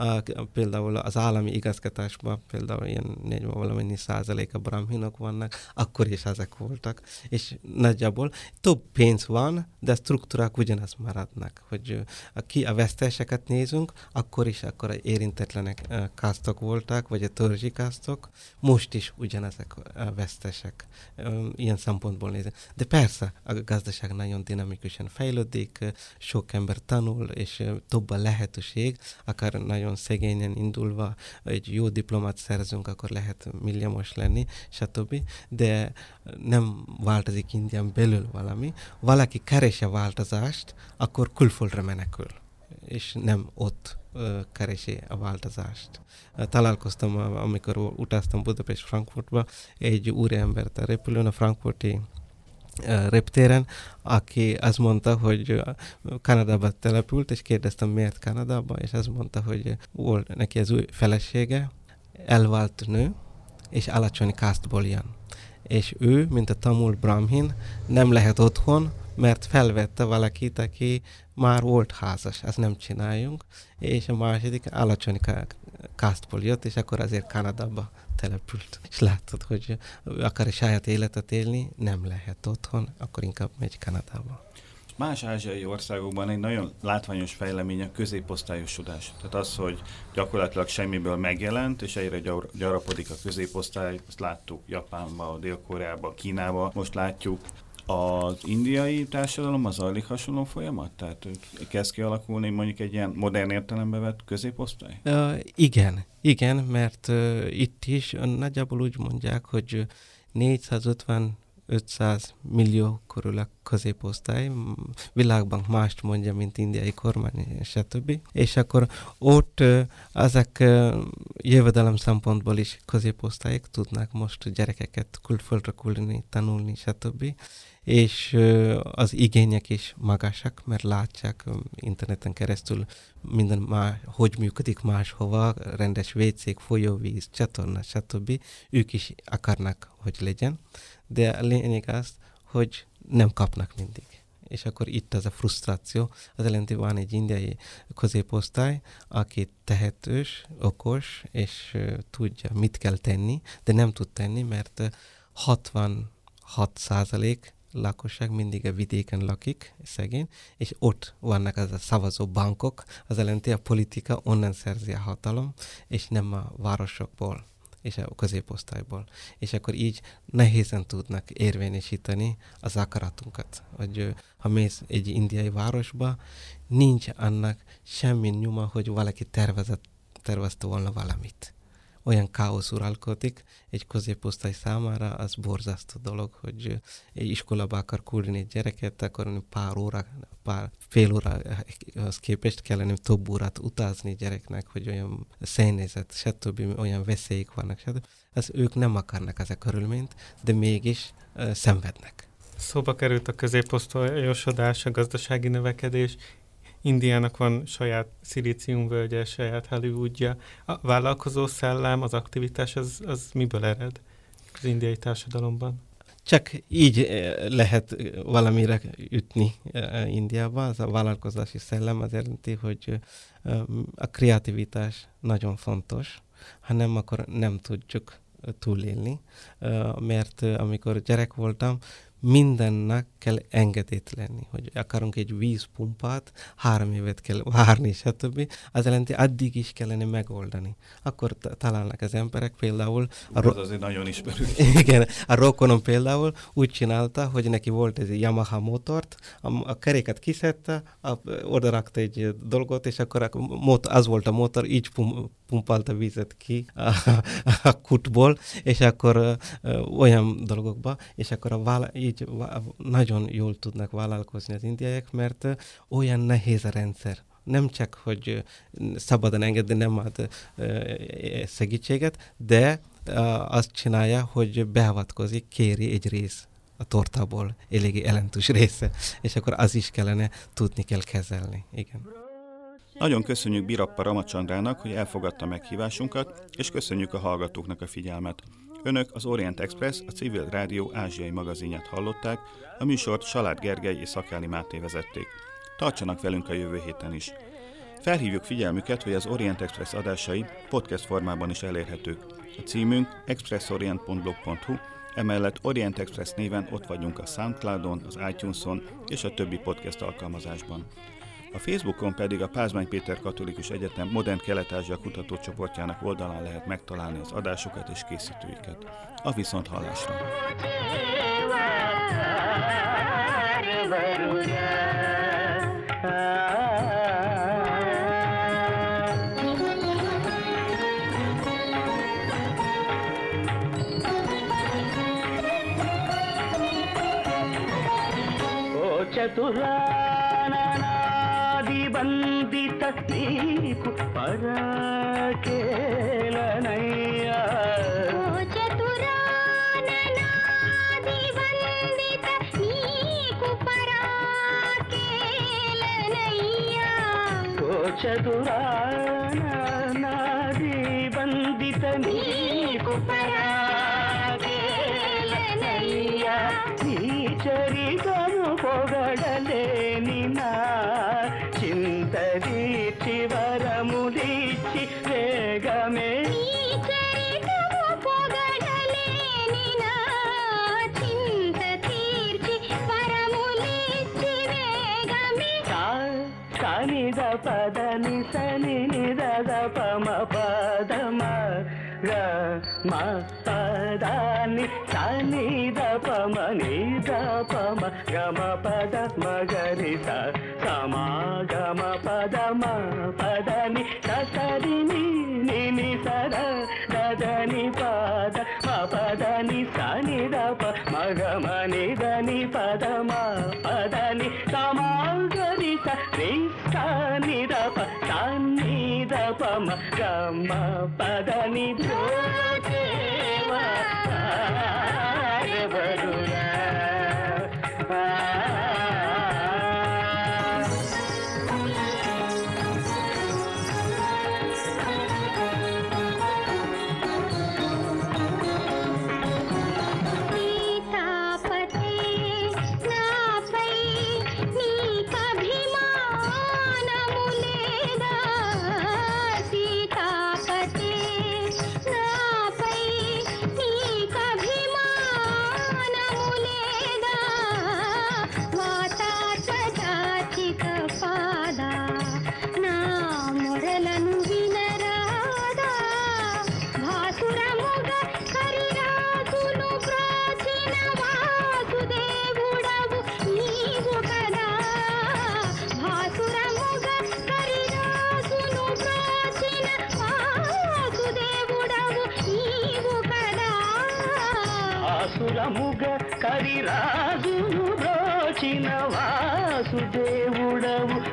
[SPEAKER 2] Például az állami igazgatásban például ilyen negyven valamennyi százalék a brahminok vannak, akkor is ezek voltak. És nagyjából több pénz van, de a struktúrák ugyanaz maradnak. Hogy ki a veszteseket nézünk, akkor is akkor érintetlenek kásztok voltak, vagy a törzsi kásztok, most is ugyanezek a vesztesek. Ilyen szempontból nézem. De persze, a gazdaság nagyon dinamikusan fejlődik, sok ember tanul, és több a lehetőség, akár nagyon szegényen indulva, egy jó diplomát szerzünk, akkor lehet milliómos lenni, stb. De nem változik Indián belül valami. Valaki keresi a változást, akkor külföldre menekül. és nem ott keresi a változást. Találkoztam, amikor utaztam Budapest-Frankfurtba, egy úriembert a repülőn, a frankfurti reptéren, aki azt mondta, hogy Kanadába települt, és kérdeztem, miért Kanadába, és azt mondta, hogy volt neki az új felesége, elvált nő, és alacsony kásztból jön. És ő, mint a tamul brahmin, nem lehet otthon, mert felvette valakit, aki már volt házas, ezt nem csináljunk, és a második alacsony kásztból jött, és akkor azért Kanadába települt. És látod, hogy akar saját életet élni, nem lehet otthon, akkor inkább megy Kanadába.
[SPEAKER 1] Más ázsiai országokban egy nagyon látványos fejlemény a középosztályosodás. Tehát az, hogy gyakorlatilag semmiből megjelent, és egyre gyar- gyarapodik a középosztály, azt láttuk Japánban, Dél-Koreában, Kínában, most látjuk. Az indiai társadalom az zajlik hasonló folyamat? Tehát kezd kialakulni mondjuk egy ilyen modern értelembe vett középosztály?
[SPEAKER 2] Uh, igen, igen, mert uh, itt is uh, nagyjából úgy mondják, hogy négyszázötven ötszáz millió körül a középosztály, Világbank mást mondja, mint indiai kormány, stb. És akkor ott ezek jövedelem szempontból is középosztályok tudnak most gyerekeket külföldre küldeni, tanulni, stb. És az igények is magasak, mert látják interneten keresztül minden más, hogy működik máshova, rendes vécék, folyóvíz, csatorna, stb. Ők is akarnak, hogy legyen, de a lényeg az, hogy nem kapnak mindig. És akkor itt az a frusztráció, az jelenti, van egy indiai középosztály, aki tehetős, okos, és uh, tudja, mit kell tenni, de nem tud tenni, mert uh, hatvanhat százalék lakosság mindig a vidéken lakik, szegény, és ott vannak az a szavazó bankok, az jelenti, a politika onnan szerzi a hatalom, és nem a városokból és a középosztályból. És akkor így nehézen tudnak érvényesíteni az akaratunkat. Hogy ha mész egy indiai városba, nincs annak semmi nyoma, hogy valaki tervezett, tervezte volna valamit. Olyan káosz uralkodik egy középosztály számára, az borzasztó dolog, hogy egy iskolába akar küldeni egy gyereket, akkor pár óra, pár fél órához képest kellene több órát utazni gyereknek, hogy olyan szennyezet, stb. Olyan veszélyek vannak, stb. Az ők nem akarnak ez a körülményt, de mégis uh, szenvednek.
[SPEAKER 3] Szóba került a középosztályosodás, a gazdasági növekedés. Indiának van saját szilíciumvölgye, saját Hollywoodja. A vállalkozó szellem, az aktivitás, az, az miből ered az indiai társadalomban?
[SPEAKER 2] Csak így lehet valamire ütni Indiában. Az a vállalkozási szellem az jelenti, hogy a kreativitás nagyon fontos, ha nem, akkor nem tudjuk túlélni, mert amikor gyerek voltam, mindennek kell engedélyt lenni, hogy akarunk egy vízpumpát, három évet kell várni, stb. Az jelenti, addig is kellene megoldani. Akkor t- találnak az emberek például...
[SPEAKER 1] A ro- az azért nagyon ismerős.
[SPEAKER 2] Igen, a rokonom például úgy csinálta, hogy neki volt egy Yamaha motort, a, a keréket kiszedte, a, oda rakta egy dolgot, és akkor a motor, az volt a motor, így pum, pumpálta vízet ki a, a, a kutból, és akkor ö, olyan dolgokba, és akkor a vála, így nagyon jól tudnak vállalkozni az indiaiak, mert olyan nehéz a rendszer. Nem csak, hogy szabadon engedni, nem ad segítséget, de azt csinálja, hogy beavatkozik, kéri egy rész a tortából, eléggé jelentős része, és akkor az is kellene, tudni kell kezelni. Igen.
[SPEAKER 1] Nagyon köszönjük Birappa Ramacsandrának, hogy elfogadta meghívásunkat, és köszönjük a hallgatóknak a figyelmet. Önök az Orient Express, a Civil Rádió ázsiai magazinját hallották, a műsort Salád Gergely és Szakáli Máté vezették. Tartsanak velünk a jövő héten is. Felhívjuk figyelmüket, hogy az Orient Express adásai podcast formában is elérhetők. A címünk expressorient pont blog pont hu, emellett Orient Express néven ott vagyunk a Soundcloudon, az iTunes-on és a többi podcast alkalmazásban. A Facebookon pedig a Pázmány Péter Katolikus Egyetem Modern Kelet-Ázsia kutatócsoportjának oldalán lehet megtalálni az adásokat és készítőiket. A viszonthallásra!
[SPEAKER 4] Chaturana
[SPEAKER 5] నాది బందిత నీకు పరాకేలనయ్యా
[SPEAKER 6] ఓ చతురాననాది వందిత నీకు పరాకేలనయ్యా
[SPEAKER 5] ఓ చతురాననాది బందిత నీకు పరాకేలనయ్యా నీ చరితము పొగడలేని నా చింతదీర్చి వరములిచ్చి వేగమే
[SPEAKER 6] నీ చరితము పొగడలేని నా చింత తీర్చి వరములిచ్చి వేగమే
[SPEAKER 5] సనిద పదని సని నిద పమ పదమ గ మ పదాని సనిద పమ నిద పమ గమ పద మగరి స సమాగమ పదమ పదని సరి ని సర దదని పద మ పదని సనిద ప మగమ నిదని పదమ పదని సమాగరి స ని సనిద ప సనిద పమ గమ పదని ధ్రువదేవా వరురా కరిరాజును బ్రోచిన వాసుదేవుడవు